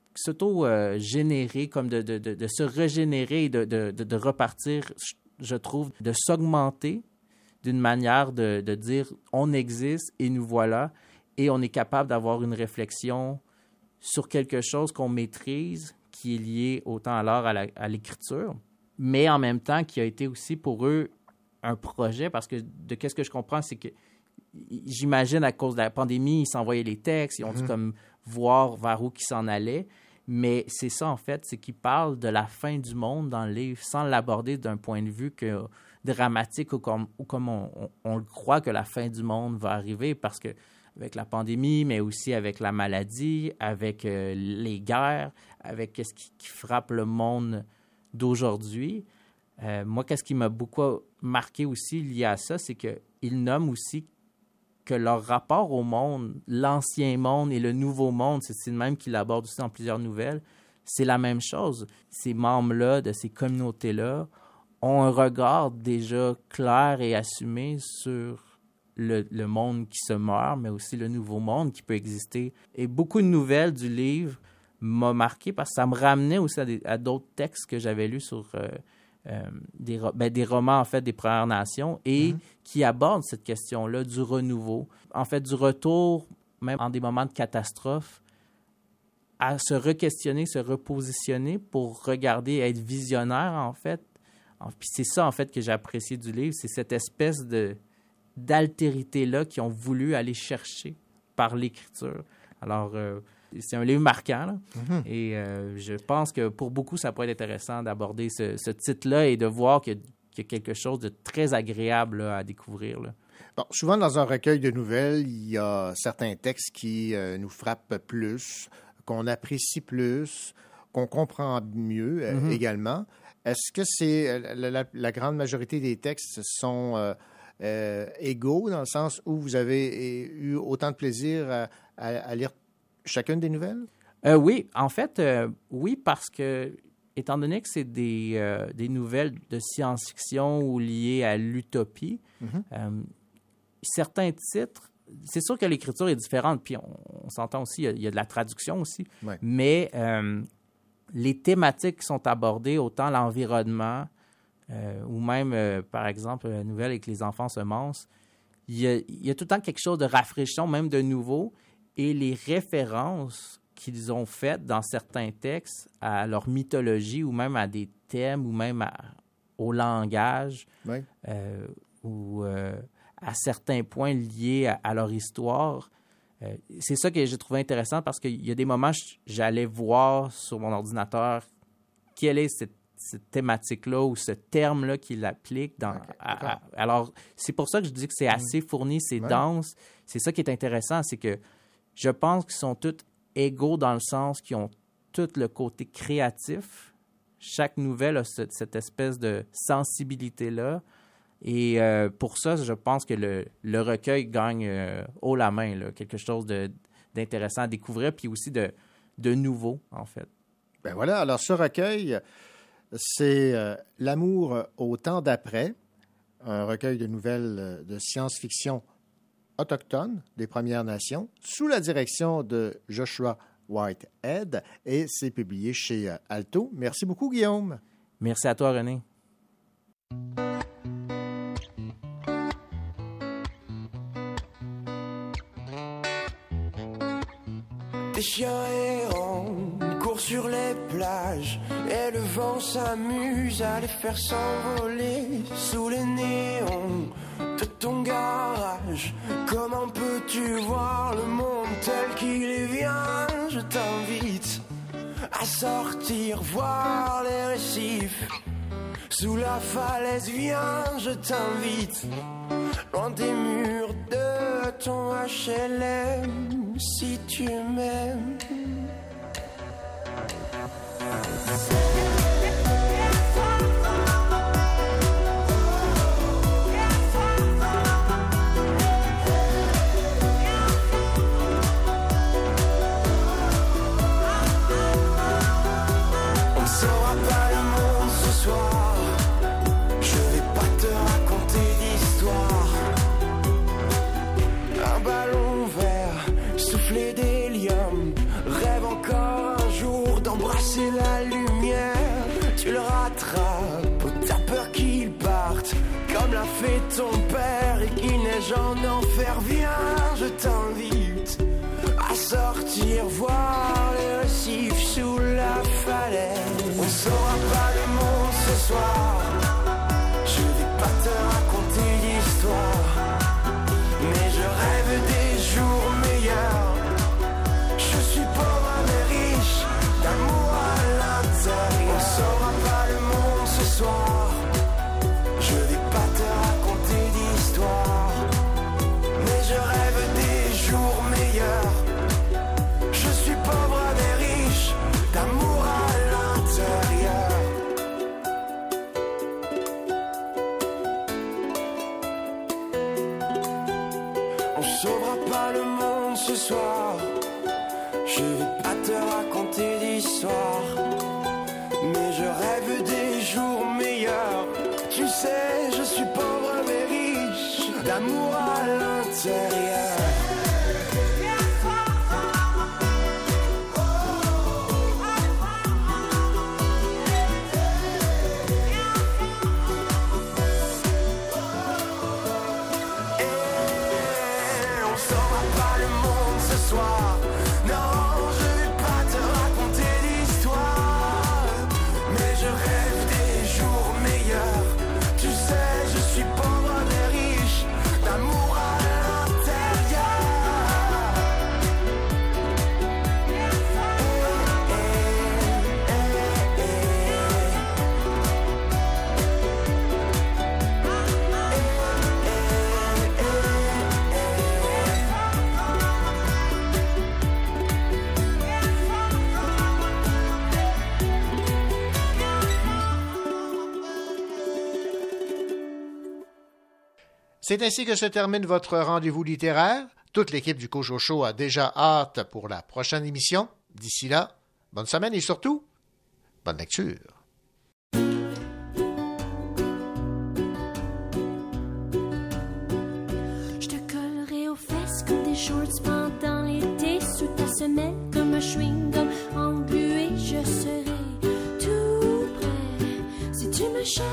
C: s'auto-générer, comme de, de, de, de se régénérer et de, de, de, de repartir, je trouve, de s'augmenter d'une manière de, de dire « on existe et nous voilà » et on est capable d'avoir une réflexion sur quelque chose qu'on maîtrise, qui est lié autant alors à, la, à l'écriture, mais en même temps qui a été aussi pour eux un projet, parce que de qu'est-ce que je comprends, c'est que j'imagine à cause de la pandémie, ils s'envoyaient les textes, ils ont dû mmh. comme voir vers où ils s'en allaient, mais c'est ça en fait, c'est qu'ils parlent de la fin du monde dans le livre sans l'aborder d'un point de vue que, dramatique ou comme, ou comme on, on, on le croit que la fin du monde va arriver, parce que avec la pandémie, mais aussi avec la maladie, avec euh, les guerres, avec ce qui, qui frappe le monde d'aujourd'hui. Euh, moi, qu'est-ce qui m'a beaucoup marqué aussi lié à ça, c'est qu'ils nomment aussi que leur rapport au monde, l'ancien monde et le nouveau monde, c'est le même qu'ils l'abordent aussi dans plusieurs nouvelles, c'est la même chose. Ces membres-là, de ces communautés-là, ont un regard déjà clair et assumé sur le, le monde qui se meurt, mais aussi le nouveau monde qui peut exister. Et beaucoup de nouvelles du livre m'ont marqué parce que ça me ramenait aussi à, des, à d'autres textes que j'avais lus sur... Euh, Euh, des, ben, des romans, en fait, des Premières Nations et mm-hmm. qui abordent cette question-là du renouveau, en fait, du retour, même en des moments de catastrophe, à se re-questionner, se repositionner pour regarder, être visionnaire, en fait. Puis c'est ça, en fait, que j'ai apprécié du livre, c'est cette espèce de, d'altérité-là qu'ils ont voulu aller chercher par l'écriture. Alors... Euh, c'est un livre marquant, là. Mm-hmm. Et euh, je pense que pour beaucoup, ça pourrait être intéressant d'aborder ce, ce titre-là et de voir qu'il y, a, qu'il y a quelque chose de très agréable là, à découvrir. Là.
B: Bon, souvent, dans un recueil de nouvelles, il y a certains textes qui euh, nous frappent plus, qu'on apprécie plus, qu'on comprend mieux euh, mm-hmm. également. Est-ce que c'est la, la, la grande majorité des textes sont euh, euh, égaux, dans le sens où vous avez eu autant de plaisir à, à, à lire chacune des nouvelles?
C: Euh, oui, en fait, euh, oui, parce que, étant donné que c'est des, euh, des nouvelles de science-fiction ou liées à l'utopie, mm-hmm. euh, certains titres, c'est sûr que l'écriture est différente, puis on, on s'entend aussi, il y, a, il y a de la traduction aussi, ouais. mais euh, les thématiques qui sont abordées, autant l'environnement, euh, ou même, euh, par exemple, la nouvelle avec les enfants semences, il y a, il y a tout le temps quelque chose de rafraîchissant, même de nouveau. Et les références qu'ils ont faites dans certains textes à leur mythologie ou même à des thèmes ou même à, au langage oui. euh, ou euh, à certains points liés à, à leur histoire, euh, c'est ça que j'ai trouvé intéressant parce qu'il y a des moments où j'allais voir sur mon ordinateur quelle est cette, cette thématique-là ou ce terme-là qu'il applique. Dans, okay. à, à, alors, c'est pour ça que je dis que c'est assez fourni, c'est oui. dense. C'est ça qui est intéressant, c'est que je pense qu'ils sont tous égaux dans le sens qu'ils ont tout le côté créatif. Chaque nouvelle a cette, cette espèce de sensibilité-là. Et euh, pour ça, je pense que le, le recueil gagne euh, haut la main, là, quelque chose de, d'intéressant à découvrir, puis aussi de, de nouveau, en fait.
B: Ben voilà, alors ce recueil, c'est euh, L'amour au temps d'après, un recueil de nouvelles de science-fiction autochtone des Premières Nations, sous la direction de Joshua Whitehead, et c'est publié chez Alto. Merci beaucoup, Guillaume.
C: Merci à toi, René.
M: Des chiens errants courent sur les plages et le vent s'amuse à les faire s'envoler sous les néons de ton garage. Comment peux-tu voir le monde tel qu'il est? Viens, je t'invite à sortir, voir les récifs sous la falaise. Viens, je t'invite loin des murs de ton H L M si tu m'aimes. On ne saura pas le monde ce soir. Je vais pas te raconter d'histoire. Un ballon vert, soufflé d'hélium, rêve encore un jour d'embrasser la lumière. Tu le rattrapes, t'as peur qu'il parte, comme l'a fait ton père et qu'il neige en enfer. Viens, je t'invite à sortir, voir les récifs sous la falaise. On saura pas le monde ce soir. Je vais pas te raconter d'histoire, mais je rêve des jours meilleurs. Je suis pauvre mais riche d'amour à l'intérieur. On saura pas le monde ce soir. Je vais pas te raconter d'histoire, mais je rêve des jours meilleurs. Je suis pauvre mais riche d'amour à l'intérieur. On sauvera pas le monde ce soir. Je vais pas te raconter d'histoire, mais je rêve des jours meilleurs. Tu sais, je suis pauvre mais riche d'amour à l'intérieur.
B: C'est ainsi que se termine votre rendez-vous littéraire. Toute l'équipe du Cochocho a déjà hâte pour la prochaine émission. D'ici là, bonne semaine et surtout, bonne lecture.
R: Je te collerai aux fesses comme des shorts pendant l'été, sous ta semelle comme un chewing-gum englué. Je serai tout près si tu me cherches,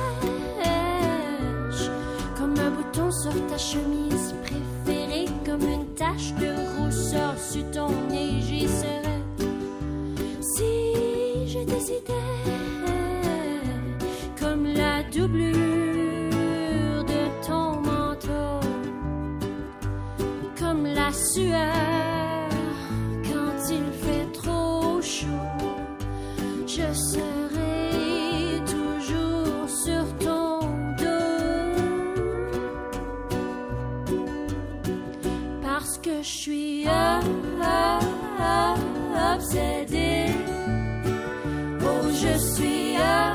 R: comme un bouton sur ta chemise préférée, comme une tache de rousseur sur ton nez. J'y serais si je décidais, comme la doublure de ton manteau, comme la sueur quand il fait trop chaud. Je serai toujours sur ton parce que je suis obsédée. Oh, je suis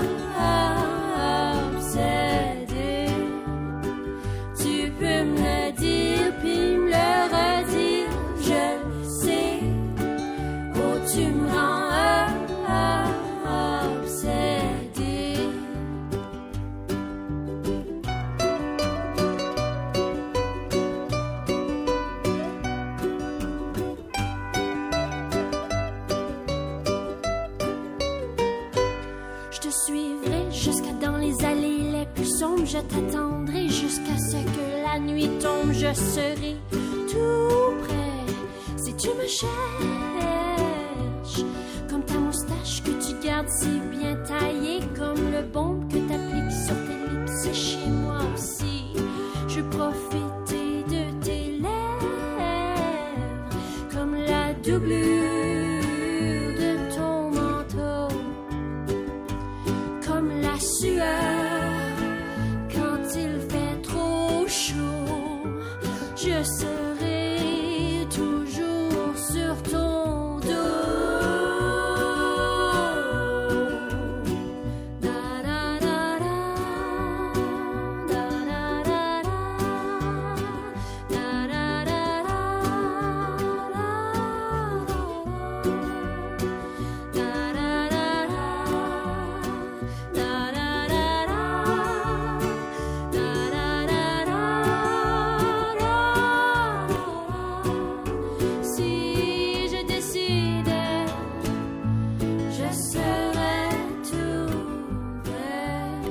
R: obsédée. Tu peux me le dire puis me le redire. Je le sais. Oh, tu me rends obsédée. Je te suivrai jusqu'à dans les allées les plus sombres. Je t'attendrai jusqu'à ce que la nuit tombe. Je serai tout près si tu me cherches. moustache, comme ta moustache que tu gardes si bien taillée, comme le baume que t'appliques sur tes lips. C'est chez moi aussi. Je veux profiter de tes lèvres, comme la doublure de ton manteau, comme la sueur quand il fait trop chaud. Je serai toujours sur ton dos. Si je décidais, je serais tout vert.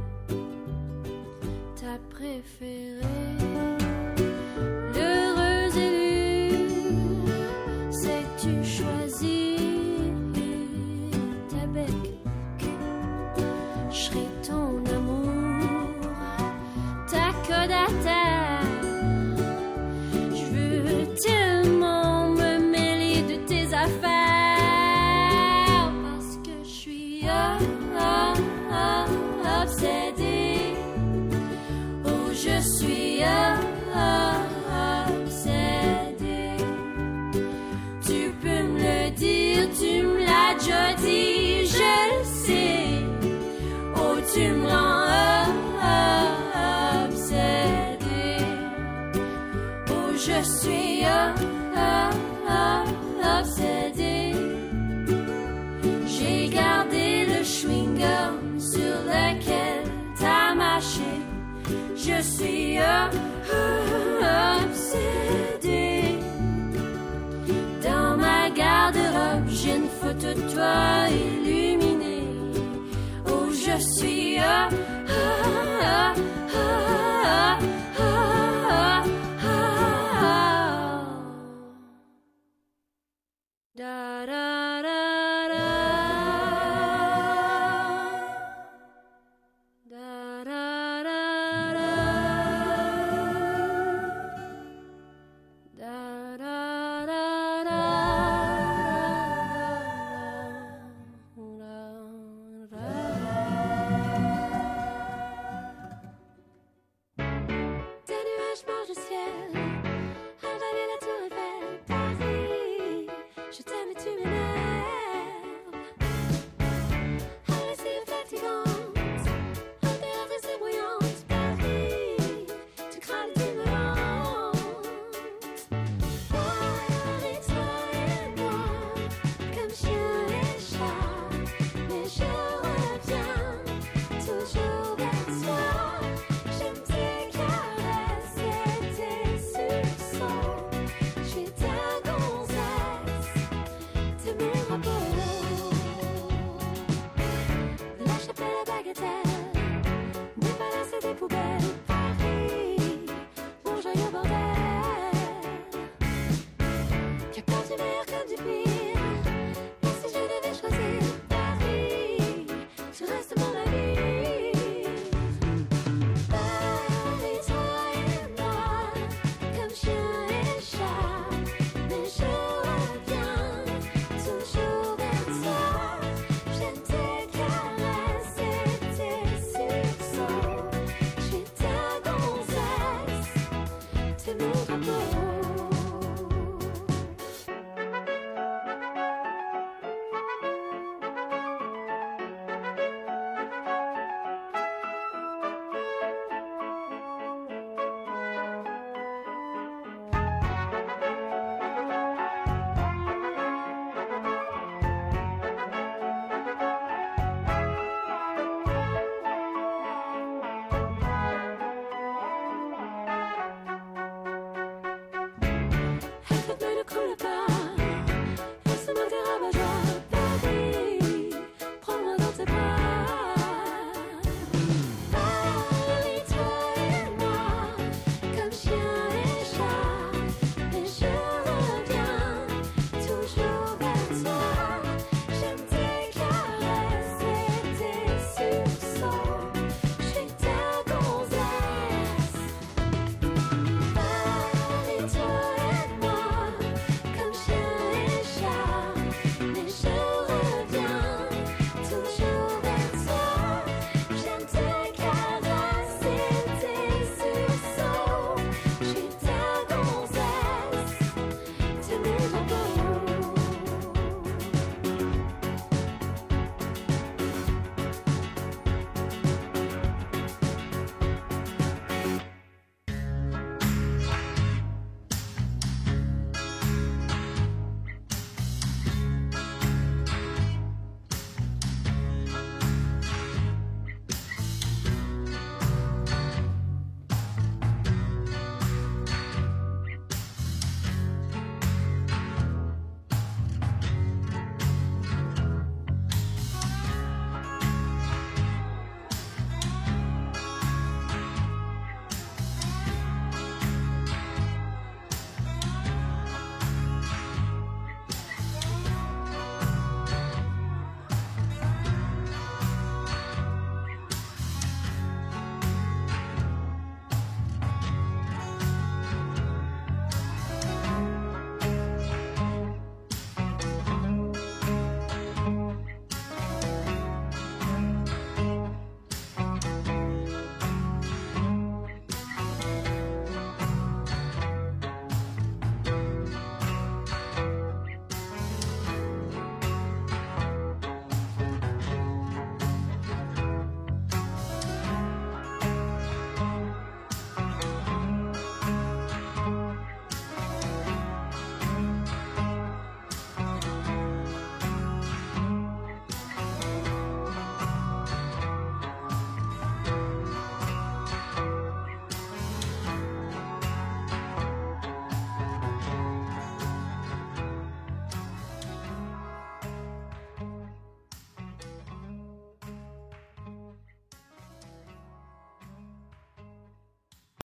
R: Ta préférée, l'heureuse élue, c'est que tu choisis ta bec. Je serai ton amour, ta code à terre. Je veux tellement me mêler de tes affaires parce que je suis ah, ah, ah, obsédée. Oh, je suis ah, ah, obsédée. Tu peux me le dire, tu me l'as déjà dit, je le sais. Oh, tu me rends ah, ah, obsédée. Oh, je suis ah, ah, ah, obsédée. J'ai gardé le chewing-gum sur lequel t'as mâché. Je suis ah, ah, obsédée. Dans ma garde-robe, j'ai une photo de toi illuminée. Oh, je suis ah, ah, ah, ah, ah, ah, ah, ah. Da, da, da, da. Da, da, da, da. Da, da, da, da. Des nuages mangent le ciel, avaler la tour Eiffel, Paris. Je t'aime et tu m'énerves. À la lessive fatigante, impératrice et bruyante, Paris. Tu crains et tu me hantes. Moi, avec toi et moi, comme chien et chat. Mais je reviens toujours vers toi. J'aime tes caresses et tes sursauts. Je suis ta gonzesse, t'es mon repos. De la chapelle à Bagatelle, des palaces et des poubelles.